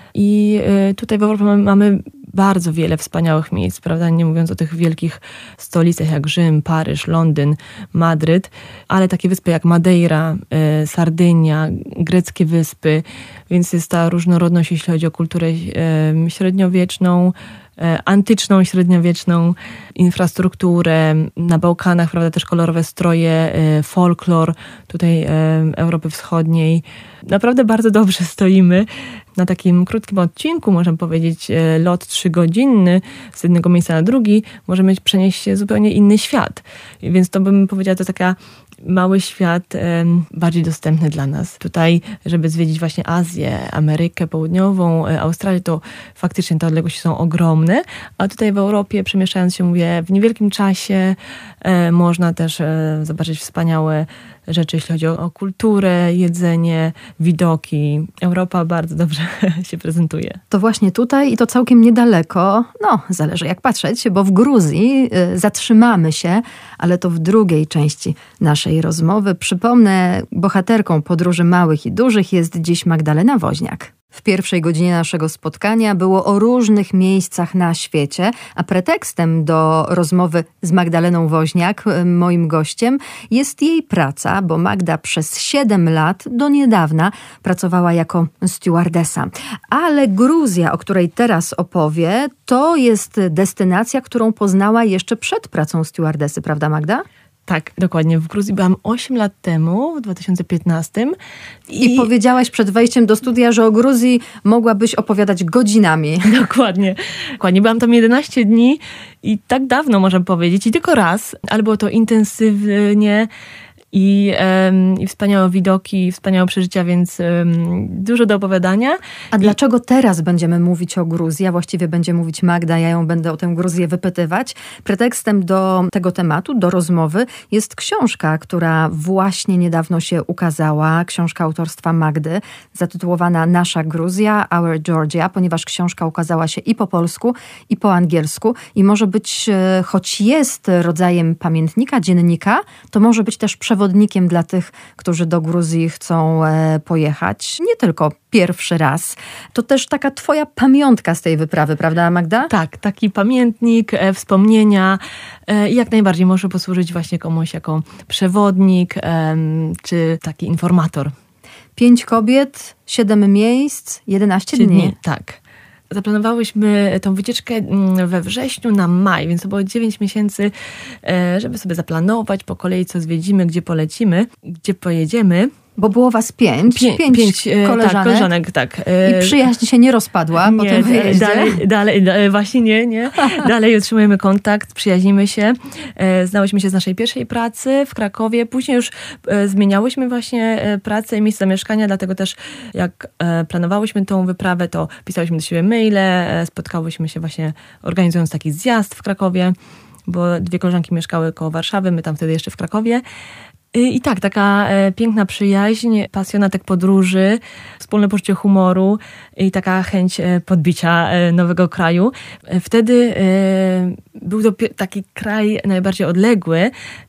i tutaj w Europie mamy bardzo wiele wspaniałych miejsc, prawda? Nie mówiąc o tych wielkich stolicach jak Rzym, Paryż, Londyn, Madryt, ale takie wyspy jak Madeira, Sardynia, greckie wyspy, więc jest ta różnorodność, jeśli chodzi o kulturę średniowieczną, antyczną, średniowieczną, infrastrukturę. Na Bałkanach, prawda, też kolorowe stroje, folklor tutaj Europy Wschodniej. Naprawdę bardzo dobrze stoimy. Na takim krótkim odcinku, możemy powiedzieć, lot trzygodzinny z jednego miejsca na drugi, możemy przenieść się w zupełnie inny świat. Więc to bym powiedziała, to taka mały świat e, bardziej dostępny dla nas. Tutaj, żeby zwiedzić właśnie Azję, Amerykę Południową, e, Australię, to faktycznie te odległości są ogromne, a tutaj w Europie, przemieszczając się, mówię, w niewielkim czasie e, można też e, zobaczyć wspaniałe rzeczy, jeśli chodzi o, o kulturę, jedzenie, widoki. Europa bardzo dobrze się prezentuje. To właśnie tutaj i to całkiem niedaleko, no zależy jak patrzeć, bo w Gruzji y, zatrzymamy się, ale to w drugiej części naszej rozmowy. Przypomnę, bohaterką podróży małych i dużych jest dziś Magdalena Woźniak. W pierwszej godzinie naszego spotkania było o różnych miejscach na świecie, a pretekstem do rozmowy z Magdaleną Woźniak, moim gościem, jest jej praca, bo Magda przez siedem lat do niedawna pracowała jako stewardesa. Ale Gruzja, o której teraz opowie, to jest destynacja, którą poznała jeszcze przed pracą stewardesy, prawda Magda? Tak, dokładnie. W Gruzji byłam osiem lat temu, w dwa tysiące piętnastym. I... I powiedziałaś przed wejściem do studia, że o Gruzji mogłabyś opowiadać godzinami. Dokładnie. Dokładnie. Byłam tam jedenaście dni i tak dawno, można powiedzieć, i tylko raz, ale było to intensywnie i, um, i wspaniałe widoki, i wspaniałe przeżycia, więc um, dużo do opowiadania. A I... dlaczego teraz będziemy mówić o Gruzji? A właściwie będzie mówić Magda, ja ją będę o tę Gruzję wypytywać. Pretekstem do tego tematu, do rozmowy jest książka, która właśnie niedawno się ukazała. Książka autorstwa Magdy, zatytułowana Nasza Gruzja, Our Georgia, ponieważ książka ukazała się i po polsku, i po angielsku. I może być, choć jest rodzajem pamiętnika, dziennika, to może być też przewodnikiem dla tych, którzy do Gruzji chcą e, pojechać. Nie tylko pierwszy raz. To też taka twoja pamiątka z tej wyprawy, prawda Magda? Tak, taki pamiętnik, e, wspomnienia e, i jak najbardziej może posłużyć właśnie komuś jako przewodnik e, czy taki informator. Pięć kobiet, siedem miejsc, jedenaście dni. dni. Tak. Zaplanowałyśmy tą wycieczkę we wrześniu na maj, więc to było dziewięć miesięcy, żeby sobie zaplanować po kolei, co zwiedzimy, gdzie polecimy, gdzie pojedziemy. Bo było was pięć, Pię, pięć, pięć koleżanek, tak, koleżanek, tak. I przyjaźń się nie rozpadła nie, po tym wyjeździe? Dalej, dalej, dalej, właśnie nie, nie. Dalej utrzymujemy kontakt, przyjaźnimy się. Znałyśmy się z naszej pierwszej pracy w Krakowie. Później już zmieniałyśmy właśnie pracę i miejsce zamieszkania, dlatego też jak planowałyśmy tą wyprawę, to pisałyśmy do siebie maile, spotkałyśmy się właśnie organizując taki zjazd w Krakowie, bo dwie koleżanki mieszkały koło Warszawy, my tam wtedy jeszcze w Krakowie. I tak, taka piękna przyjaźń, pasjonatek podróży, wspólne poczucie humoru i taka chęć podbicia nowego kraju. Wtedy był to taki kraj najbardziej odległy,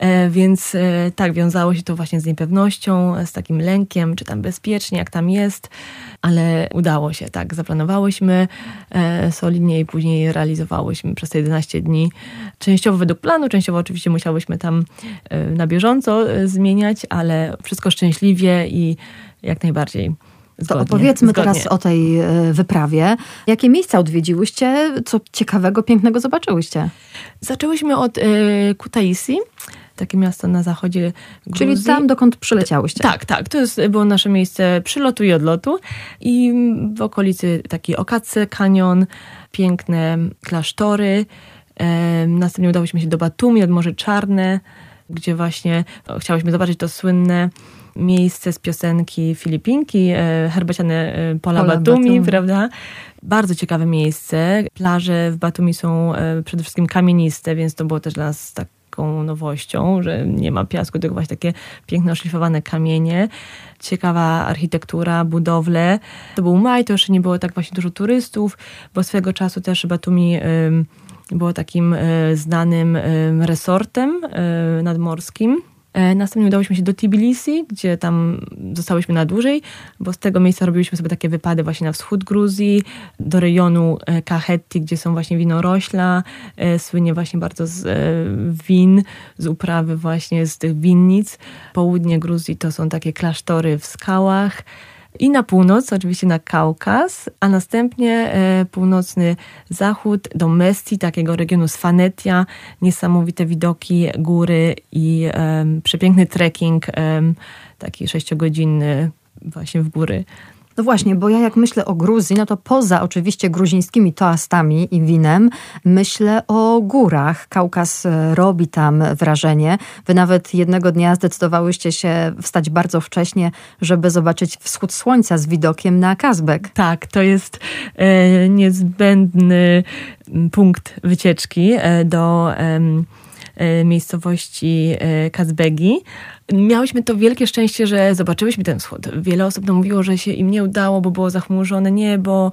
więc tak, wiązało się to właśnie z niepewnością, z takim lękiem, czy tam bezpiecznie, jak tam jest, ale udało się, tak, zaplanowałyśmy solidnie i później realizowałyśmy przez te jedenaście dni, częściowo według planu, częściowo oczywiście musiałyśmy tam na bieżąco zmieniać, ale wszystko szczęśliwie i jak najbardziej zgodnie. To opowiedzmy zgodnie. teraz o tej wyprawie. Jakie miejsca odwiedziłyście? Co ciekawego, pięknego zobaczyłyście? Zaczęłyśmy od y, Kutaisi, takie miasto na zachodzie Gruzji. Czyli tam, dokąd przyleciałyście? Tak, tak. To jest, było nasze miejsce przylotu i odlotu. I w okolicy taki Okacy Kanion, piękne klasztory. E, następnie udałyśmy się do Batumi, nad Morze Czarne, gdzie właśnie o, chciałyśmy zobaczyć to słynne miejsce z piosenki Filipinki, e, herbaciane e, pola, pola Batumi, Batumi, prawda? Bardzo ciekawe miejsce. Plaże w Batumi są e, przede wszystkim kamieniste, więc to było też dla nas taką nowością, że nie ma piasku, tylko właśnie takie piękne, oszlifowane kamienie. Ciekawa architektura, budowle. To był maj, to jeszcze nie było tak właśnie dużo turystów, bo swego czasu też Batumi e, było takim e, znanym e, resortem e, nadmorskim. Następnie udałyśmy się do Tbilisi, gdzie tam zostałyśmy na dłużej, bo z tego miejsca robiliśmy sobie takie wypady właśnie na wschód Gruzji, do rejonu Kachetti, gdzie są właśnie winorośla, słynie właśnie bardzo z win, z uprawy właśnie z tych winnic. Południe Gruzji to są takie klasztory w skałach. I na północ, oczywiście na Kaukaz, a następnie e, północny zachód do Mestii, takiego regionu Sfanetia, niesamowite widoki, góry i e, przepiękny trekking, e, taki sześciogodzinny właśnie w góry. No właśnie, bo ja jak myślę o Gruzji, no to poza oczywiście gruzińskimi toastami i winem, myślę o górach. Kaukaz robi tam wrażenie. Wy nawet jednego dnia zdecydowałyście się wstać bardzo wcześnie, żeby zobaczyć wschód słońca z widokiem na Kazbek. Tak, to jest e, niezbędny punkt wycieczki e, do e, e, miejscowości e, Kazbegi. Miałyśmy to wielkie szczęście, że zobaczyłyśmy ten wschód. Wiele osób nam mówiło, że się im nie udało, bo było zachmurzone niebo,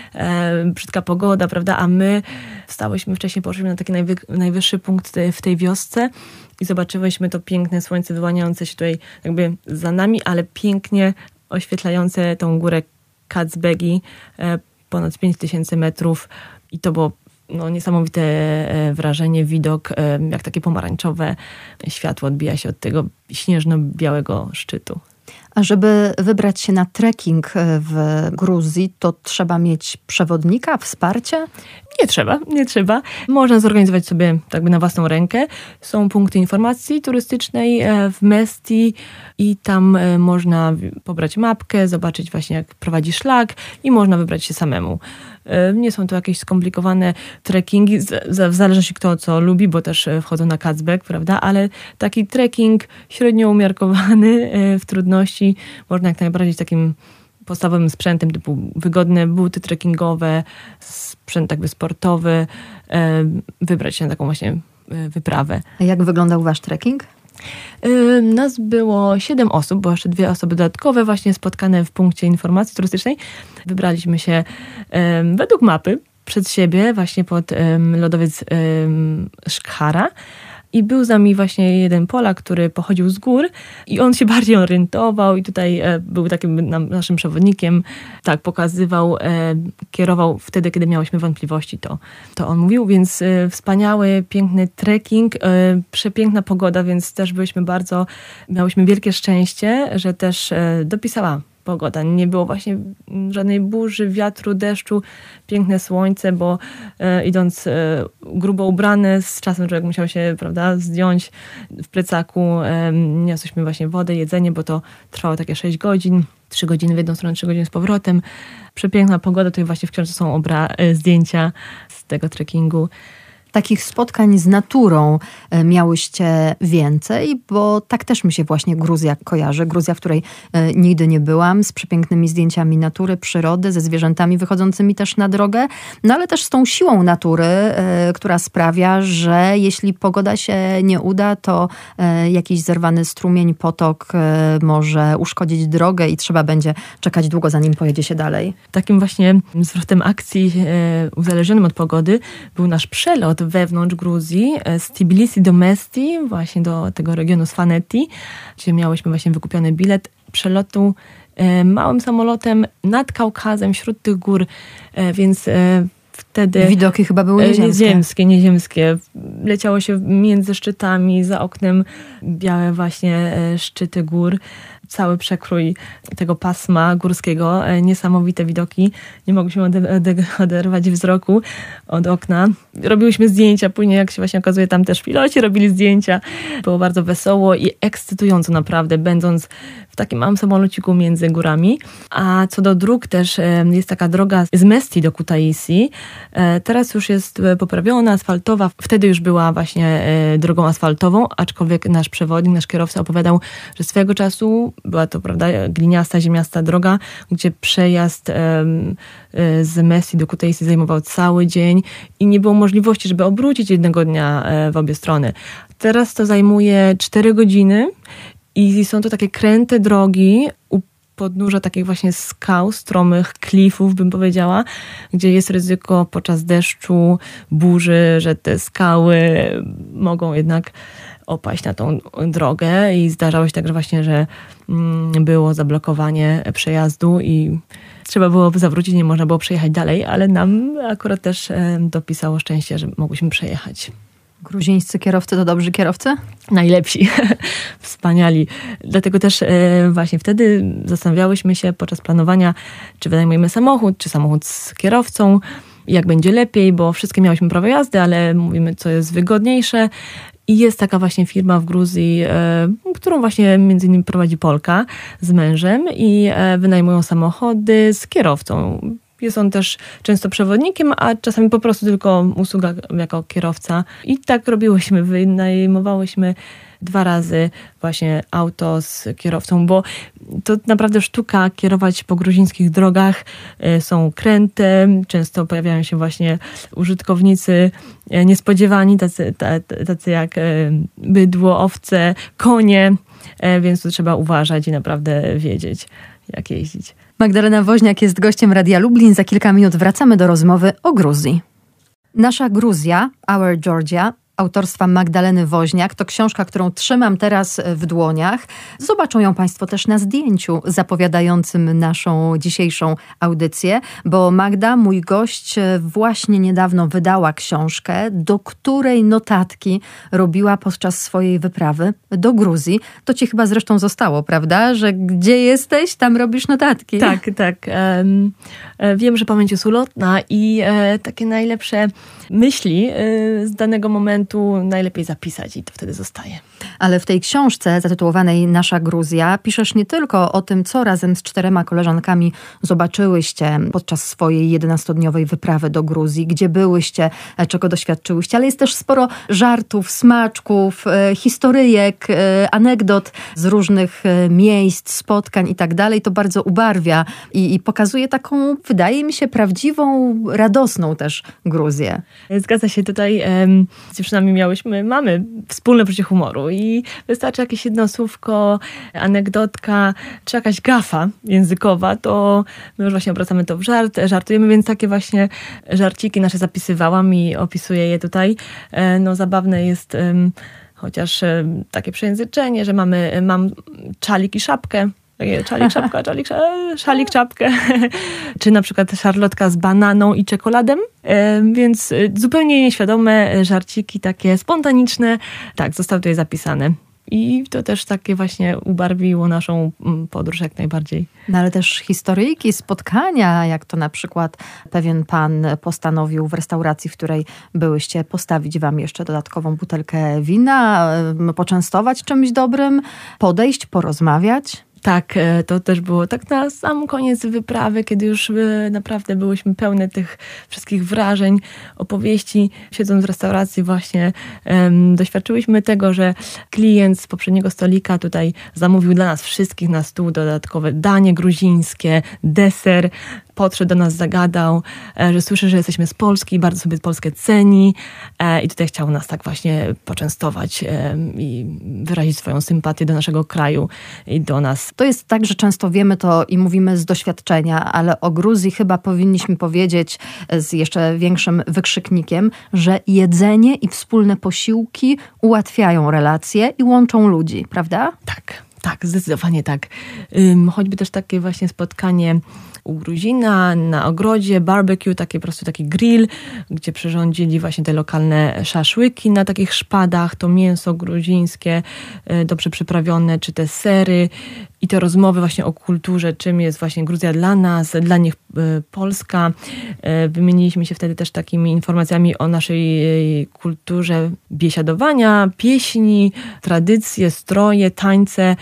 e, brzydka pogoda, prawda? A my wstałyśmy wcześniej, poszliśmy na taki najwy, najwyższy punkt w tej wiosce i zobaczyłyśmy to piękne słońce wyłaniające się tutaj jakby za nami, ale pięknie oświetlające tą górę Kazbegi, e, ponad pięć tysięcy metrów i to było no, niesamowite wrażenie, widok, jak takie pomarańczowe światło odbija się od tego śnieżno-białego szczytu. A żeby wybrać się na trekking w Gruzji, to trzeba mieć przewodnika, wsparcie? Nie trzeba, nie trzeba. Można zorganizować sobie jakby na własną rękę. Są punkty informacji turystycznej w Mestii i tam można pobrać mapkę, zobaczyć właśnie jak prowadzi szlak i można wybrać się samemu. Nie są to jakieś skomplikowane trekkingi, w zależności kto co lubi, bo też wchodzą na Kazbek, prawda? Ale taki trekking średnio umiarkowany w trudności można jak najbardziej z takim podstawowym sprzętem typu wygodne buty trekkingowe, sprzęt jakby sportowy, wybrać się na taką właśnie wyprawę. A jak wyglądał wasz trekking? Nas było siedem osób, bo jeszcze dwie osoby dodatkowe właśnie spotkane w punkcie informacji turystycznej. Wybraliśmy się według mapy przed siebie właśnie pod lodowiec Szkhara. I był z nami właśnie jeden Polak, który pochodził z gór i on się bardziej orientował i tutaj był takim naszym przewodnikiem, tak, pokazywał, kierował wtedy, kiedy miałyśmy wątpliwości, to, to on mówił, więc wspaniały, piękny trekking, przepiękna pogoda, więc też byliśmy bardzo, miałyśmy wielkie szczęście, że też dopisała pogoda. Nie było właśnie żadnej burzy, wiatru, deszczu, piękne słońce, bo e, idąc e, grubo ubrane, z czasem człowiek musiał się, prawda, zdjąć w plecaku. E, niosłyśmy właśnie wodę, jedzenie, bo to trwało takie sześć godzin. Trzy godziny w jedną stronę, trzy godziny z powrotem. Przepiękna pogoda, tutaj właśnie w książce są obra- e, zdjęcia z tego trekkingu. Takich spotkań z naturą miałyście więcej, bo tak też mi się właśnie Gruzja kojarzy. Gruzja, w której nigdy nie byłam, z przepięknymi zdjęciami natury, przyrody, ze zwierzętami wychodzącymi też na drogę, no ale też z tą siłą natury, która sprawia, że jeśli pogoda się nie uda, to jakiś zerwany strumień, potok może uszkodzić drogę i trzeba będzie czekać długo, zanim pojedzie się dalej. Takim właśnie zwrotem akcji uzależnionym od pogody był nasz przelot wewnątrz Gruzji, z Tbilisi do Mesti, właśnie do tego regionu Svaneti, gdzie miałyśmy właśnie wykupiony bilet przelotu e, małym samolotem nad Kaukazem, wśród tych gór, e, więc e, wtedy... Widoki chyba były nieziemskie. Nieziemskie, nieziemskie. Leciało się między szczytami, za oknem białe właśnie e, szczyty gór. Cały przekrój tego pasma górskiego, niesamowite widoki. Nie mogliśmy ode- ode- oderwać wzroku od okna. Robiłyśmy zdjęcia, później jak się właśnie okazuje, tam też piloci robili zdjęcia. Było bardzo wesoło i ekscytująco naprawdę, będąc w takim małym samolociku między górami. A co do dróg też jest taka droga z Mesti do Kutaisi. Teraz już jest poprawiona, asfaltowa. Wtedy już była właśnie drogą asfaltową, aczkolwiek nasz przewodnik, nasz kierowca opowiadał, że swego czasu była to, prawda, gliniasta, ziemiasta droga, gdzie przejazd um, z Mesti do Kutaisi zajmował cały dzień i nie było możliwości, żeby obrócić jednego dnia w obie strony. Teraz to zajmuje cztery godziny i są to takie kręte drogi u podnóża takich właśnie skał, stromych klifów, bym powiedziała, gdzie jest ryzyko podczas deszczu, burzy, że te skały mogą jednak opaść na tą drogę i zdarzało się tak, że właśnie, że było zablokowanie przejazdu i trzeba było zawrócić, nie można było przejechać dalej, ale nam akurat też dopisało szczęście, że mogłyśmy przejechać. Gruzińscy kierowcy to dobrzy kierowcy? Najlepsi. Wspaniali. Dlatego też właśnie wtedy zastanawiałyśmy się podczas planowania, czy wynajmujemy samochód, czy samochód z kierowcą, jak będzie lepiej, bo wszystkie miałyśmy prawo jazdy, ale mówimy, co jest wygodniejsze. I jest taka właśnie firma w Gruzji, e, którą właśnie między innymi prowadzi Polka z mężem i e, wynajmują samochody z kierowcą. Jest on też często przewodnikiem, a czasami po prostu tylko usługa jako kierowca. I tak robiłyśmy, wynajmowałyśmy dwa razy właśnie auto z kierowcą, bo to naprawdę sztuka kierować po gruzińskich drogach. Są kręte, często pojawiają się właśnie użytkownicy niespodziewani, tacy, tacy jak bydło, owce, konie, więc tu trzeba uważać i naprawdę wiedzieć, jak jeździć. Magdalena Woźniak jest gościem Radia Lublin. Za kilka minut wracamy do rozmowy o Gruzji. Nasza Gruzja, Our Georgia, autorstwa Magdaleny Woźniak. To książka, którą trzymam teraz w dłoniach. Zobaczą ją Państwo też na zdjęciu zapowiadającym naszą dzisiejszą audycję, bo Magda, mój gość, właśnie niedawno wydała książkę, do której notatki robiła podczas swojej wyprawy do Gruzji. To ci chyba zresztą zostało, prawda? Że gdzie jesteś, tam robisz notatki. Tak, tak. Um, wiem, że pamięć jest ulotna i e, takie najlepsze myśli e, z danego momentu najlepiej zapisać i to wtedy zostaje. Ale w tej książce zatytułowanej Nasza Gruzja piszesz nie tylko o tym, co razem z czterema koleżankami zobaczyłyście podczas swojej jedenastodniowej wyprawy do Gruzji, gdzie byłyście, czego doświadczyłyście, ale jest też sporo żartów, smaczków, historyjek, anegdot z różnych miejsc, spotkań i tak dalej. To bardzo ubarwia i, i pokazuje taką, wydaje mi się, prawdziwą, radosną też Gruzję. Zgadza się, tutaj um, z dziewczynami miałyśmy, mamy wspólne poczucie humoru i wystarczy jakieś jedno słówko, anegdotka, czy jakaś gafa językowa, to my już właśnie obracamy to w żart, żartujemy, więc takie właśnie żarciki nasze zapisywałam i opisuję je tutaj. No zabawne jest um, chociaż um, takie przejęzyczenie, że mamy, mam czalik i szapkę. Czalik, czapka, czalik, szalik, czapkę. Czy na przykład szarlotka z bananą i czekoladem. Więc zupełnie nieświadome żarciki, takie spontaniczne. Tak, zostały tutaj zapisane. I to też takie właśnie ubarwiło naszą podróż jak najbardziej. No ale też historyjki, spotkania, jak to na przykład pewien pan postanowił w restauracji, w której byłyście, postawić wam jeszcze dodatkową butelkę wina, poczęstować czymś dobrym, podejść, porozmawiać. Tak, to też było tak na sam koniec wyprawy, kiedy już naprawdę byłyśmy pełne tych wszystkich wrażeń, opowieści. Siedząc w restauracji właśnie um, doświadczyłyśmy tego, że klient z poprzedniego stolika tutaj zamówił dla nas wszystkich na stół dodatkowe danie gruzińskie, deser. Podszedł do nas, zagadał, że słyszy, że jesteśmy z Polski, bardzo sobie Polskę ceni i tutaj chciał nas tak właśnie poczęstować i wyrazić swoją sympatię do naszego kraju i do nas. To jest tak, że często wiemy to i mówimy z doświadczenia, ale o Gruzji chyba powinniśmy powiedzieć z jeszcze większym wykrzyknikiem, że jedzenie i wspólne posiłki ułatwiają relacje i łączą ludzi, prawda? Tak, tak, zdecydowanie tak. Choćby też takie właśnie spotkanie u Gruzina, na ogrodzie, barbecue, taki po prostu taki grill, gdzie przyrządzili właśnie te lokalne szaszłyki na takich szpadach, to mięso gruzińskie, dobrze przyprawione, czy te sery i te rozmowy właśnie o kulturze, czym jest właśnie Gruzja dla nas, dla nich Polska. Wymieniliśmy się wtedy też takimi informacjami o naszej kulturze biesiadowania, pieśni, tradycje, stroje, tańce.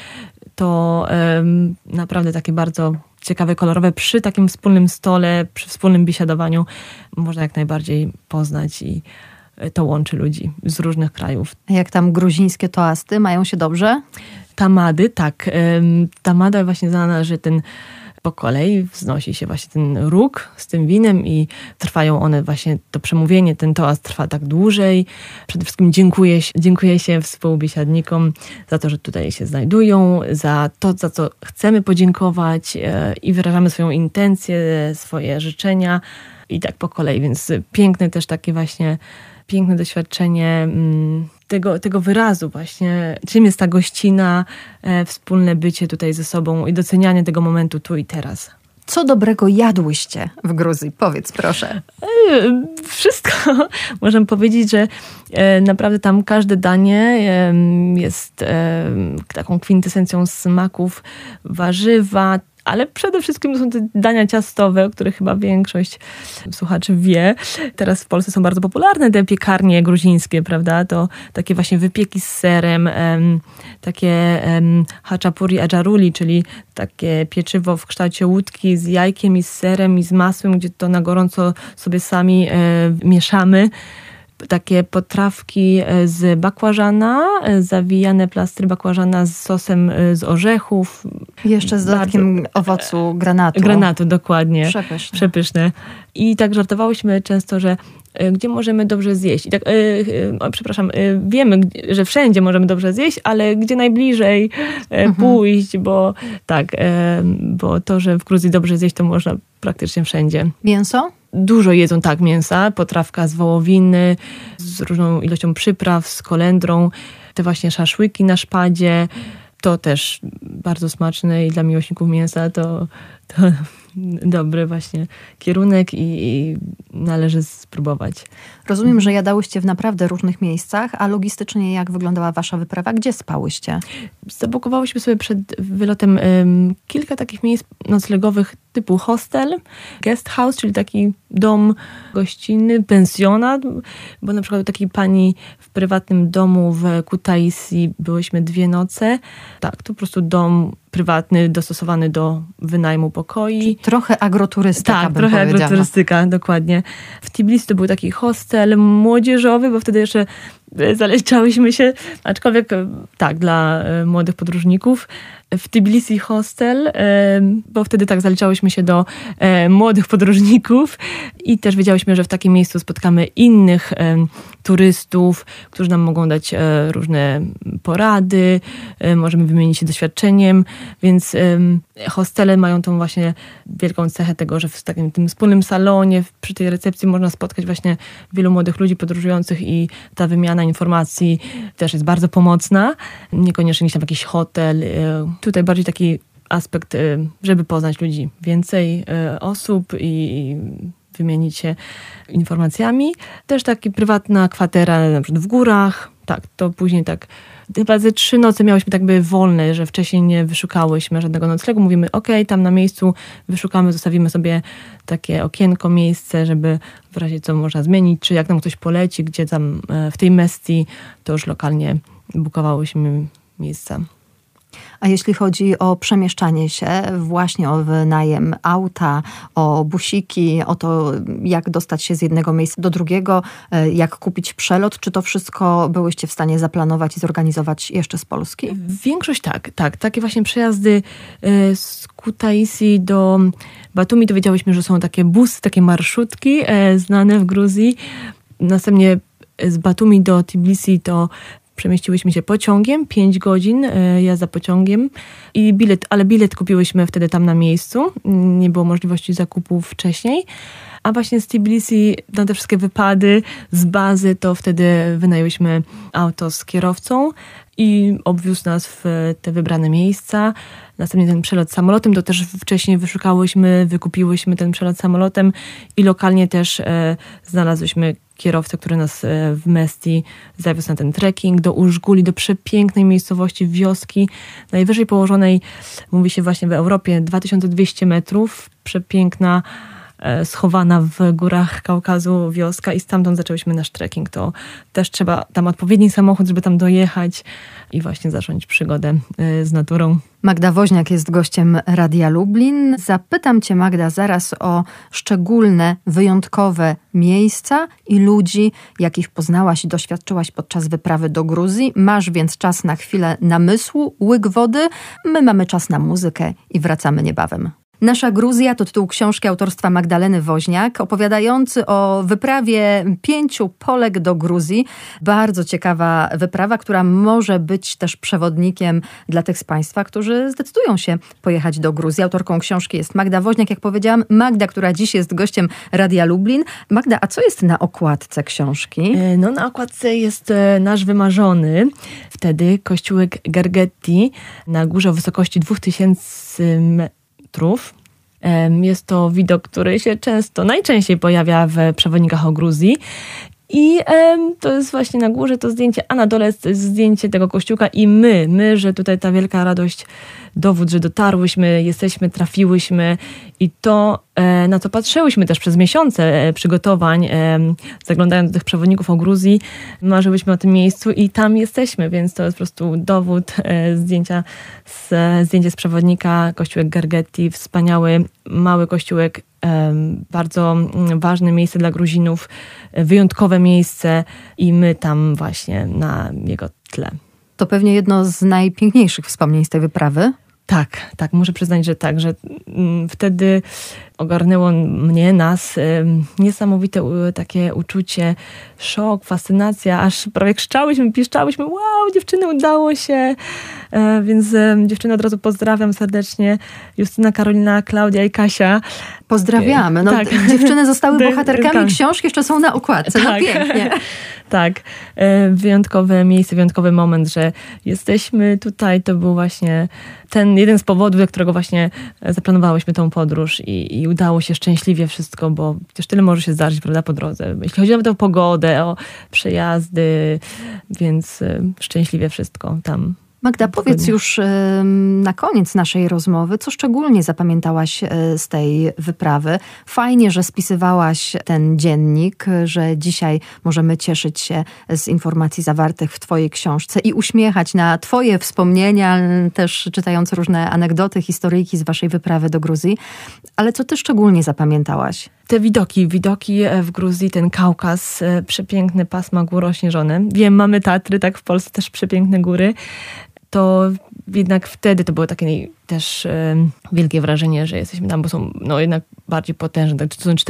To um, naprawdę takie bardzo ciekawe, kolorowe, przy takim wspólnym stole, przy wspólnym biesiadowaniu można jak najbardziej poznać i to łączy ludzi z różnych krajów. A jak tam gruzińskie toasty? Mają się dobrze? Tamady, tak. Tamada właśnie znana, że ten po kolei wznosi się właśnie ten róg z tym winem i trwają one właśnie, to przemówienie, ten toast trwa tak dłużej. Przede wszystkim dziękuję, dziękuję się współbiesiadnikom za to, że tutaj się znajdują, za to, za co chcemy podziękować i wyrażamy swoją intencję, swoje życzenia i tak po kolei, więc piękne też takie właśnie, piękne doświadczenie tego, tego wyrazu właśnie, czym jest ta gościna, e, wspólne bycie tutaj ze sobą i docenianie tego momentu tu i teraz. Co dobrego jadłyście w Gruzji? Powiedz proszę. E, wszystko. Możemy powiedzieć, że e, naprawdę tam każde danie e, jest e, taką kwintesencją smaków, warzywa, ale przede wszystkim to są te dania ciastowe, o których chyba większość słuchaczy wie. Teraz w Polsce są bardzo popularne te piekarnie gruzińskie, prawda? To takie właśnie wypieki z serem, em, takie em, haczapuri ajaruli, czyli takie pieczywo w kształcie łódki z jajkiem i z serem i z masłem, gdzie to na gorąco sobie sami e, mieszamy. Takie potrawki z bakłażana, zawijane plastry bakłażana z sosem z orzechów. Jeszcze z dodatkiem bardzo... owocu granatu. Granatu, dokładnie. Przepyszne. Przepyszne. I tak żartowałyśmy często, że gdzie możemy dobrze zjeść. I tak, yy, yy, przepraszam, yy, wiemy, że wszędzie możemy dobrze zjeść, ale gdzie najbliżej yy, mhm. pójść, bo tak, yy, bo to, że w Gruzji dobrze zjeść, to można praktycznie wszędzie. Mięso? Dużo jedzą tak mięsa, potrawka z wołowiny, z różną ilością przypraw, z kolendrą, te właśnie szaszłyki na szpadzie, to też bardzo smaczne i dla miłośników mięsa to, to dobry właśnie kierunek i, i należy spróbować. Rozumiem, że jadałyście w naprawdę różnych miejscach, a logistycznie jak wyglądała wasza wyprawa? Gdzie spałyście? Zabukowałyśmy sobie przed wylotem um, kilka takich miejsc noclegowych typu hostel, guest house, czyli taki dom gościnny, pensjonat, bo na przykład takiej pani w prywatnym domu w Kutaisi byłyśmy dwie noce. Tak, to po prostu dom prywatny, dostosowany do wynajmu pokoi. Czyli trochę agroturystyka, tak, bym trochę powiedziała. agroturystyka, dokładnie. W Tbilisi to był taki hostel młodzieżowy, bo wtedy jeszcze zaleczałyśmy się, aczkolwiek tak, dla młodych podróżników. W Tbilisi hostel, bo wtedy tak zaliczałyśmy się do młodych podróżników i też wiedziałyśmy, że w takim miejscu spotkamy innych turystów, którzy nam mogą dać różne porady, możemy wymienić się doświadczeniem, więc hostele mają tą właśnie wielką cechę tego, że w takim tym wspólnym salonie, przy tej recepcji można spotkać właśnie wielu młodych ludzi podróżujących i ta wymiana informacji też jest bardzo pomocna. Niekoniecznie gdzieś tam jakiś hotel. Tutaj bardziej taki aspekt, żeby poznać ludzi. Więcej osób i wymienić się informacjami. Też taka prywatna kwatera na przykład w górach. Tak, to później tak chyba ze trzy noce miałyśmy tak by wolne, że wcześniej nie wyszukałyśmy żadnego noclegu. Mówimy, okej, okay, tam na miejscu wyszukamy, zostawimy sobie takie okienko, miejsce, żeby w razie co można zmienić, czy jak nam ktoś poleci, gdzie tam w tej Mestii, to już lokalnie bukowałyśmy miejsca. A jeśli chodzi o przemieszczanie się, właśnie o wynajem auta, o busiki, o to, jak dostać się z jednego miejsca do drugiego, jak kupić przelot, czy to wszystko byłyście w stanie zaplanować i zorganizować jeszcze z Polski? Większość tak, tak. Takie właśnie przejazdy z Kutaisi do Batumi, to wiedziałyśmy, że są takie busy, takie marszutki znane w Gruzji. Następnie z Batumi do Tbilisi to przemieściłyśmy się pociągiem, pięć godzin jazda pociągiem i bilet, ale bilet kupiłyśmy wtedy tam na miejscu. Nie było możliwości zakupu wcześniej. A właśnie z Tbilisi na te wszystkie wypady z bazy, to wtedy wynajęłyśmy auto z kierowcą i obwiózł nas w te wybrane miejsca. Następnie ten przelot samolotem, to też wcześniej wyszukałyśmy, wykupiłyśmy ten przelot samolotem i lokalnie też e, znalazłyśmy kierowcę, który nas e, w Mestii zawiózł na ten trekking do Użguli, do przepięknej miejscowości, wioski, najwyżej położonej, mówi się właśnie w Europie, dwa tysiące dwieście metrów, przepiękna, schowana w górach Kaukazu wioska i stamtąd zaczęłyśmy nasz trekking. To też trzeba tam odpowiedni samochód, żeby tam dojechać i właśnie zacząć przygodę z naturą. Magda Woźniak jest gościem Radia Lublin. Zapytam cię, Magda, zaraz o szczególne, wyjątkowe miejsca i ludzi, jakich poznałaś i doświadczyłaś podczas wyprawy do Gruzji. Masz więc czas na chwilę namysłu, łyk wody. My mamy czas na muzykę i wracamy niebawem. Nasza Gruzja to tytuł książki autorstwa Magdaleny Woźniak, opowiadający o wyprawie pięciu Polek do Gruzji. Bardzo ciekawa wyprawa, która może być też przewodnikiem dla tych z Państwa, którzy zdecydują się pojechać do Gruzji. Autorką książki jest Magda Woźniak, jak powiedziałam. Magda, która dziś jest gościem Radia Lublin. Magda, a co jest na okładce książki? No na okładce jest nasz wymarzony wtedy kościółek Gargetti na górze o wysokości dwa tysiące metrów. Jest to widok, który się często, najczęściej pojawia w przewodnikach o Gruzji. I em, to jest właśnie na górze to zdjęcie, a na dole jest zdjęcie tego kościółka i my, my, że tutaj ta wielka radość, dowód, że dotarłyśmy, jesteśmy, trafiłyśmy i to, e, na co patrzyłyśmy też przez miesiące e, przygotowań, e, zaglądając do tych przewodników o Gruzji, marzyłyśmy o tym miejscu i tam jesteśmy, więc to jest po prostu dowód, e, zdjęcia z, zdjęcie z przewodnika, kościółek Gargetti, wspaniały, mały kościółek, bardzo ważne miejsce dla Gruzinów, wyjątkowe miejsce i my tam właśnie na jego tle. To pewnie jedno z najpiękniejszych wspomnień z tej wyprawy. Tak, tak, muszę przyznać, że tak, że wtedy ogarnęło mnie, nas niesamowite takie uczucie, szok, fascynacja, aż prawie krzyczałyśmy, piszczałyśmy, wow, dziewczyny, udało się. Więc dziewczyny od razu pozdrawiam serdecznie. Justyna, Karolina, Klaudia i Kasia. Pozdrawiamy. No, tak. Dziewczyny zostały bohaterkami książki, jeszcze są na okładce. Tak. No pięknie. Tak. Wyjątkowe miejsce, wyjątkowy moment, że jesteśmy tutaj. To był właśnie ten jeden z powodów, dla którego właśnie zaplanowałyśmy tą podróż i, i udało się szczęśliwie wszystko, bo przecież tyle może się zdarzyć, prawda, po drodze. Jeśli chodzi nawet o pogodę, o przejazdy, więc szczęśliwie wszystko tam. Magda, powiedz już na koniec naszej rozmowy, co szczególnie zapamiętałaś z tej wyprawy. Fajnie, że spisywałaś ten dziennik, że dzisiaj możemy cieszyć się z informacji zawartych w twojej książce i uśmiechać na twoje wspomnienia, też czytając różne anegdoty, historyjki z waszej wyprawy do Gruzji. Ale co ty szczególnie zapamiętałaś? Te widoki, widoki w Gruzji, ten Kaukaz, przepiękne pasma gór ośnieżone. Wiem, mamy Tatry, tak, w Polsce też przepiękne góry. To jednak wtedy to było takie też e, wielkie wrażenie, że jesteśmy tam, bo są no, jednak bardziej potężne. To są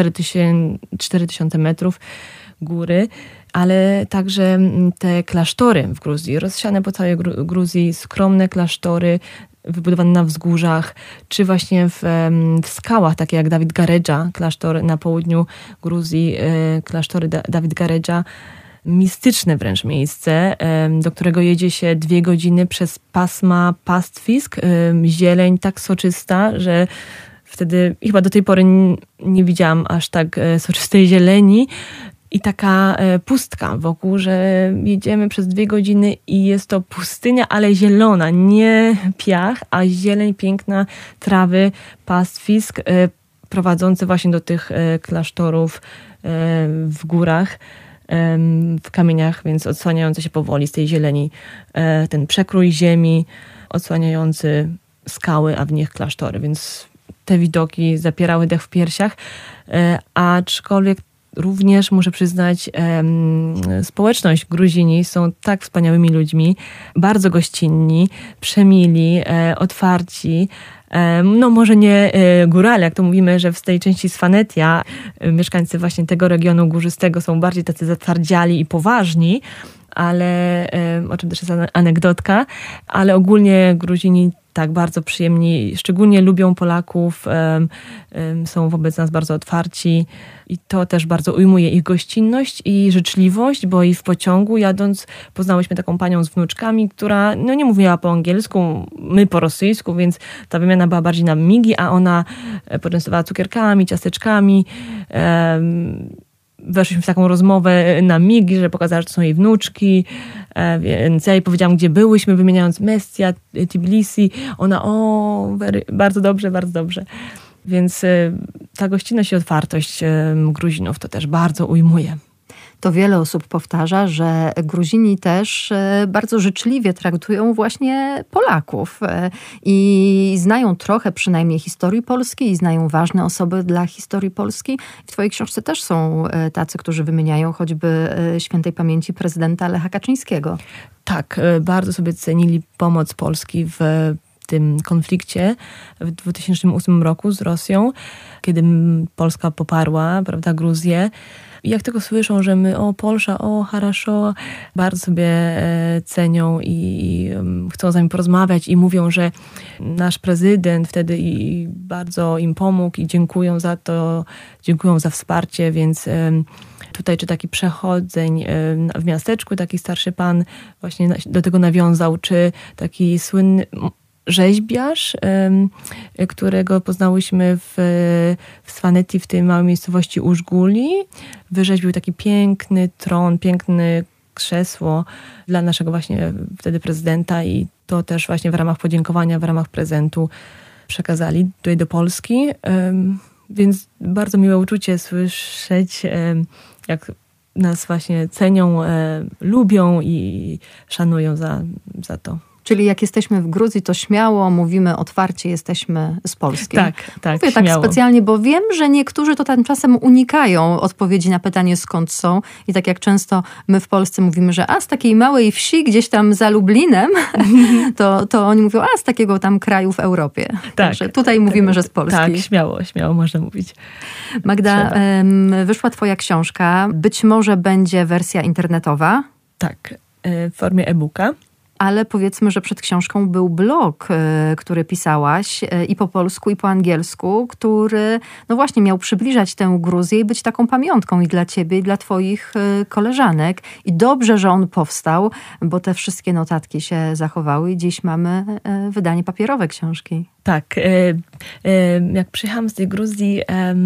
cztery tysiące metrów góry, ale także te klasztory w Gruzji, rozsiane po całej Gruzji, skromne klasztory, wybudowane na wzgórzach, czy właśnie w, w skałach, takie jak David Garedża, klasztor na południu Gruzji, e, klasztory da, David Garedża, mistyczne wręcz miejsce, do którego jedzie się dwie godziny przez pasma pastwisk, zieleń tak soczysta, że wtedy chyba do tej pory nie, nie widziałam aż tak soczystej zieleni i taka pustka wokół, że jedziemy przez dwie godziny i jest to pustynia, ale zielona, nie piach, a zieleń, piękna, trawy, pastwisk prowadzące właśnie do tych klasztorów w górach, w kamieniach, więc odsłaniające się powoli z tej zieleni ten przekrój ziemi, odsłaniający skały, a w nich klasztory, więc te widoki zapierały dech w piersiach, aczkolwiek również muszę przyznać, społeczność Gruzini są tak wspaniałymi ludźmi, bardzo gościnni, przemili, otwarci. No może nie górale, jak to mówimy, że w tej części Sfanetia mieszkańcy właśnie tego regionu górzystego są bardziej tacy zatwardziali i poważni, ale o czym też jest anegdotka, ale ogólnie Gruzini tak bardzo przyjemni, szczególnie lubią Polaków, są wobec nas bardzo otwarci i to też bardzo ujmuje ich gościnność i życzliwość, bo i w pociągu jadąc poznałyśmy taką panią z wnuczkami, która no nie mówiła po angielsku, my po rosyjsku, więc ta wymiana była bardziej na migi, a ona poczęstowała cukierkami, ciasteczkami. Weszliśmy w taką rozmowę na migi, że pokazała, że to są jej wnuczki, więc ja jej powiedziałam, gdzie byłyśmy, wymieniając Mestia, Tbilisi. Ona, o, very, bardzo dobrze, bardzo dobrze. Więc ta gościnność i otwartość Gruzinów to też bardzo ujmuje. To wiele osób powtarza, że Gruzini też bardzo życzliwie traktują właśnie Polaków i znają trochę przynajmniej historii Polski i znają ważne osoby dla historii Polski. W twojej książce też są tacy, którzy wymieniają choćby świętej pamięci prezydenta Lecha Kaczyńskiego. Tak, bardzo sobie cenili pomoc Polski w tym konflikcie w dwa tysiące ósmym roku z Rosją, kiedy Polska poparła, prawda, Gruzję. I jak tylko słyszą, że my, o Polsza, o haraszo, bardzo sobie cenią i chcą z nami porozmawiać i mówią, że nasz prezydent wtedy i bardzo im pomógł i dziękują za to, dziękują za wsparcie, więc tutaj czy taki przechodzeń w miasteczku, taki starszy pan właśnie do tego nawiązał, czy taki słynny rzeźbiarz, którego poznałyśmy w, w Sfanetii, w tej małej miejscowości Użguli. Wyrzeźbił taki piękny tron, piękne krzesło dla naszego właśnie wtedy prezydenta i to też właśnie w ramach podziękowania, w ramach prezentu przekazali tutaj do Polski. Więc bardzo miłe uczucie słyszeć, jak nas właśnie cenią, lubią i szanują za, za to. Czyli jak jesteśmy w Gruzji, to śmiało mówimy otwarcie, jesteśmy z Polski. Tak, tak, Mówię śmiało. tak specjalnie, bo wiem, że niektórzy to tam czasem unikają odpowiedzi na pytanie, skąd są. I tak jak często my w Polsce mówimy, że a z takiej małej wsi gdzieś tam za Lublinem, to, to oni mówią, a z takiego tam kraju w Europie. Tak, Także tutaj tak, mówimy, że z Polski. Tak, śmiało, śmiało można mówić. Magda, Trzeba. wyszła twoja książka. Być może będzie wersja internetowa. Tak, w formie e-booka. Ale powiedzmy, że przed książką był blog, który pisałaś i po polsku, i po angielsku, który no właśnie miał przybliżać tę Gruzję i być taką pamiątką i dla ciebie, i dla twoich koleżanek. I dobrze, że on powstał, bo te wszystkie notatki się zachowały i dziś mamy wydanie papierowe książki. Tak. Jak przyjechałam z tej Gruzji,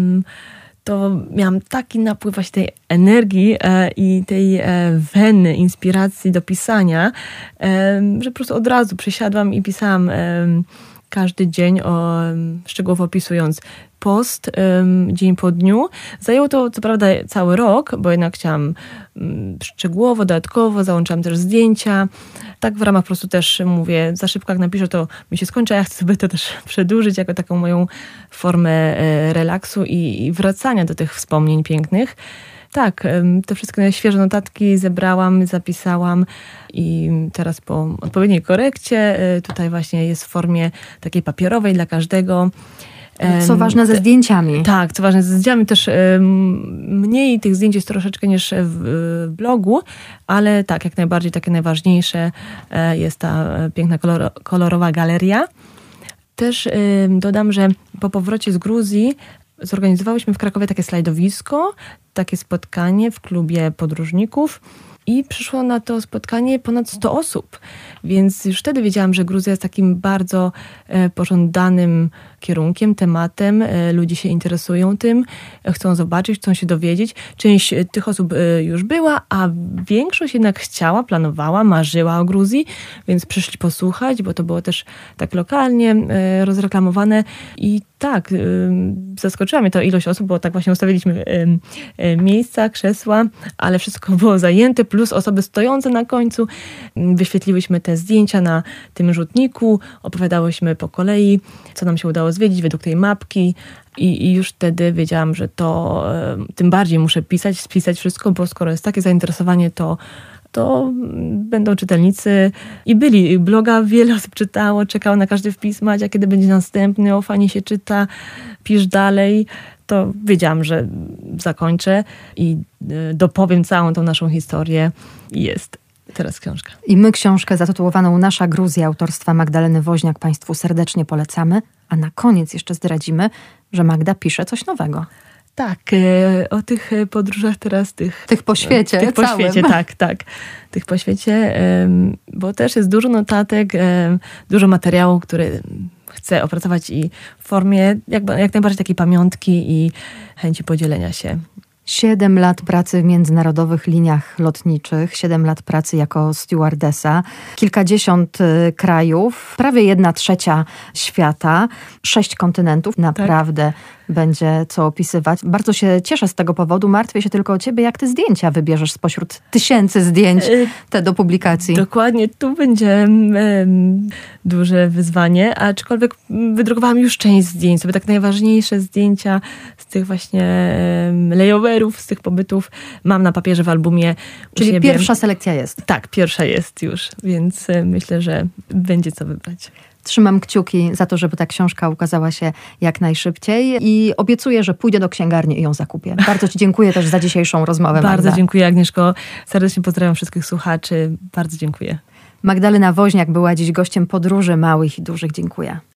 to miałam taki napływ właśnie tej energii e, i tej e, weny, inspiracji do pisania, e, że po prostu od razu przysiadłam i pisałam e, każdy dzień, o, szczegółowo opisując post e, dzień po dniu. Zajęło to co prawda cały rok, bo jednak chciałam m, szczegółowo, dodatkowo, załączałam też zdjęcia. Tak w ramach po prostu też mówię, za szybko jak napiszę, to mi się skończy, a ja chcę sobie to też przedłużyć jako taką moją formę relaksu i wracania do tych wspomnień pięknych. Tak, te wszystkie świeże notatki zebrałam, zapisałam i teraz po odpowiedniej korekcie tutaj właśnie jest w formie takiej papierowej dla każdego. Co ważne, ze zdjęciami. Tak, co ważne, ze zdjęciami też mniej tych zdjęć jest troszeczkę niż w blogu, ale tak, jak najbardziej takie najważniejsze jest ta piękna kolor, kolorowa galeria. Też dodam, że po powrocie z Gruzji zorganizowałyśmy w Krakowie takie slajdowisko, takie spotkanie w klubie podróżników i przyszło na to spotkanie ponad sto osób. Więc już wtedy wiedziałam, że Gruzja jest takim bardzo e, pożądanym kierunkiem, tematem. E, ludzie się interesują tym, e, chcą zobaczyć, chcą się dowiedzieć. Część e, tych osób e, już była, a większość jednak chciała, planowała, marzyła o Gruzji, więc przyszli posłuchać, bo to było też tak lokalnie e, rozreklamowane. I tak, e, zaskoczyła mnie to ilość osób, bo tak właśnie ustawiliśmy e, e, miejsca, krzesła, ale wszystko było zajęte, plus osoby stojące na końcu. Wyświetliłyśmy te zdjęcia na tym rzutniku, opowiadałyśmy po kolei, co nam się udało zwiedzić według tej mapki i, i już wtedy wiedziałam, że to e, tym bardziej muszę pisać, spisać wszystko, bo skoro jest takie zainteresowanie, to to będą czytelnicy i byli. Bloga wiele osób czytało, czekało na każdy wpis. Madzia, kiedy będzie następny? O, fajnie się czyta, pisz dalej. To wiedziałam, że zakończę i dopowiem całą tą naszą historię. I jest teraz książka. I my książkę zatytułowaną Nasza Gruzja autorstwa Magdaleny Woźniak Państwu serdecznie polecamy. A na koniec jeszcze zdradzimy, że Magda pisze coś nowego. Tak, o tych podróżach teraz, tych... Tych po świecie Tych po całym. świecie, tak, tak. Tych po świecie, bo też jest dużo notatek, dużo materiału, który chcę opracować i w formie jak, jak najbardziej takiej pamiątki i chęci podzielenia się. Siedem lat pracy w międzynarodowych liniach lotniczych, siedem lat pracy jako stewardesa, kilkadziesiąt krajów, prawie jedna trzecia świata, sześć kontynentów. Naprawdę tak. Będzie co opisywać. Bardzo się cieszę z tego powodu. Martwię się tylko o ciebie, jak ty zdjęcia wybierzesz spośród tysięcy zdjęć te do publikacji. Dokładnie, tu będzie um, duże wyzwanie, aczkolwiek wydrukowałam już część zdjęć, sobie tak najważniejsze zdjęcia z tych właśnie um, layoverów, z tych pobytów mam na papierze w albumie. Czyli siebie. Pierwsza selekcja jest. Tak, pierwsza jest już, więc myślę, że będzie co wybrać. Trzymam kciuki za to, żeby ta książka ukazała się jak najszybciej i obiecuję, że pójdę do księgarni i ją zakupię. Bardzo ci dziękuję też za dzisiejszą rozmowę, Bardzo Magda. dziękuję, Agnieszko. Serdecznie pozdrawiam wszystkich słuchaczy. Bardzo dziękuję. Magdalena Woźniak była dziś gościem Podróży Małych i Dużych. Dziękuję.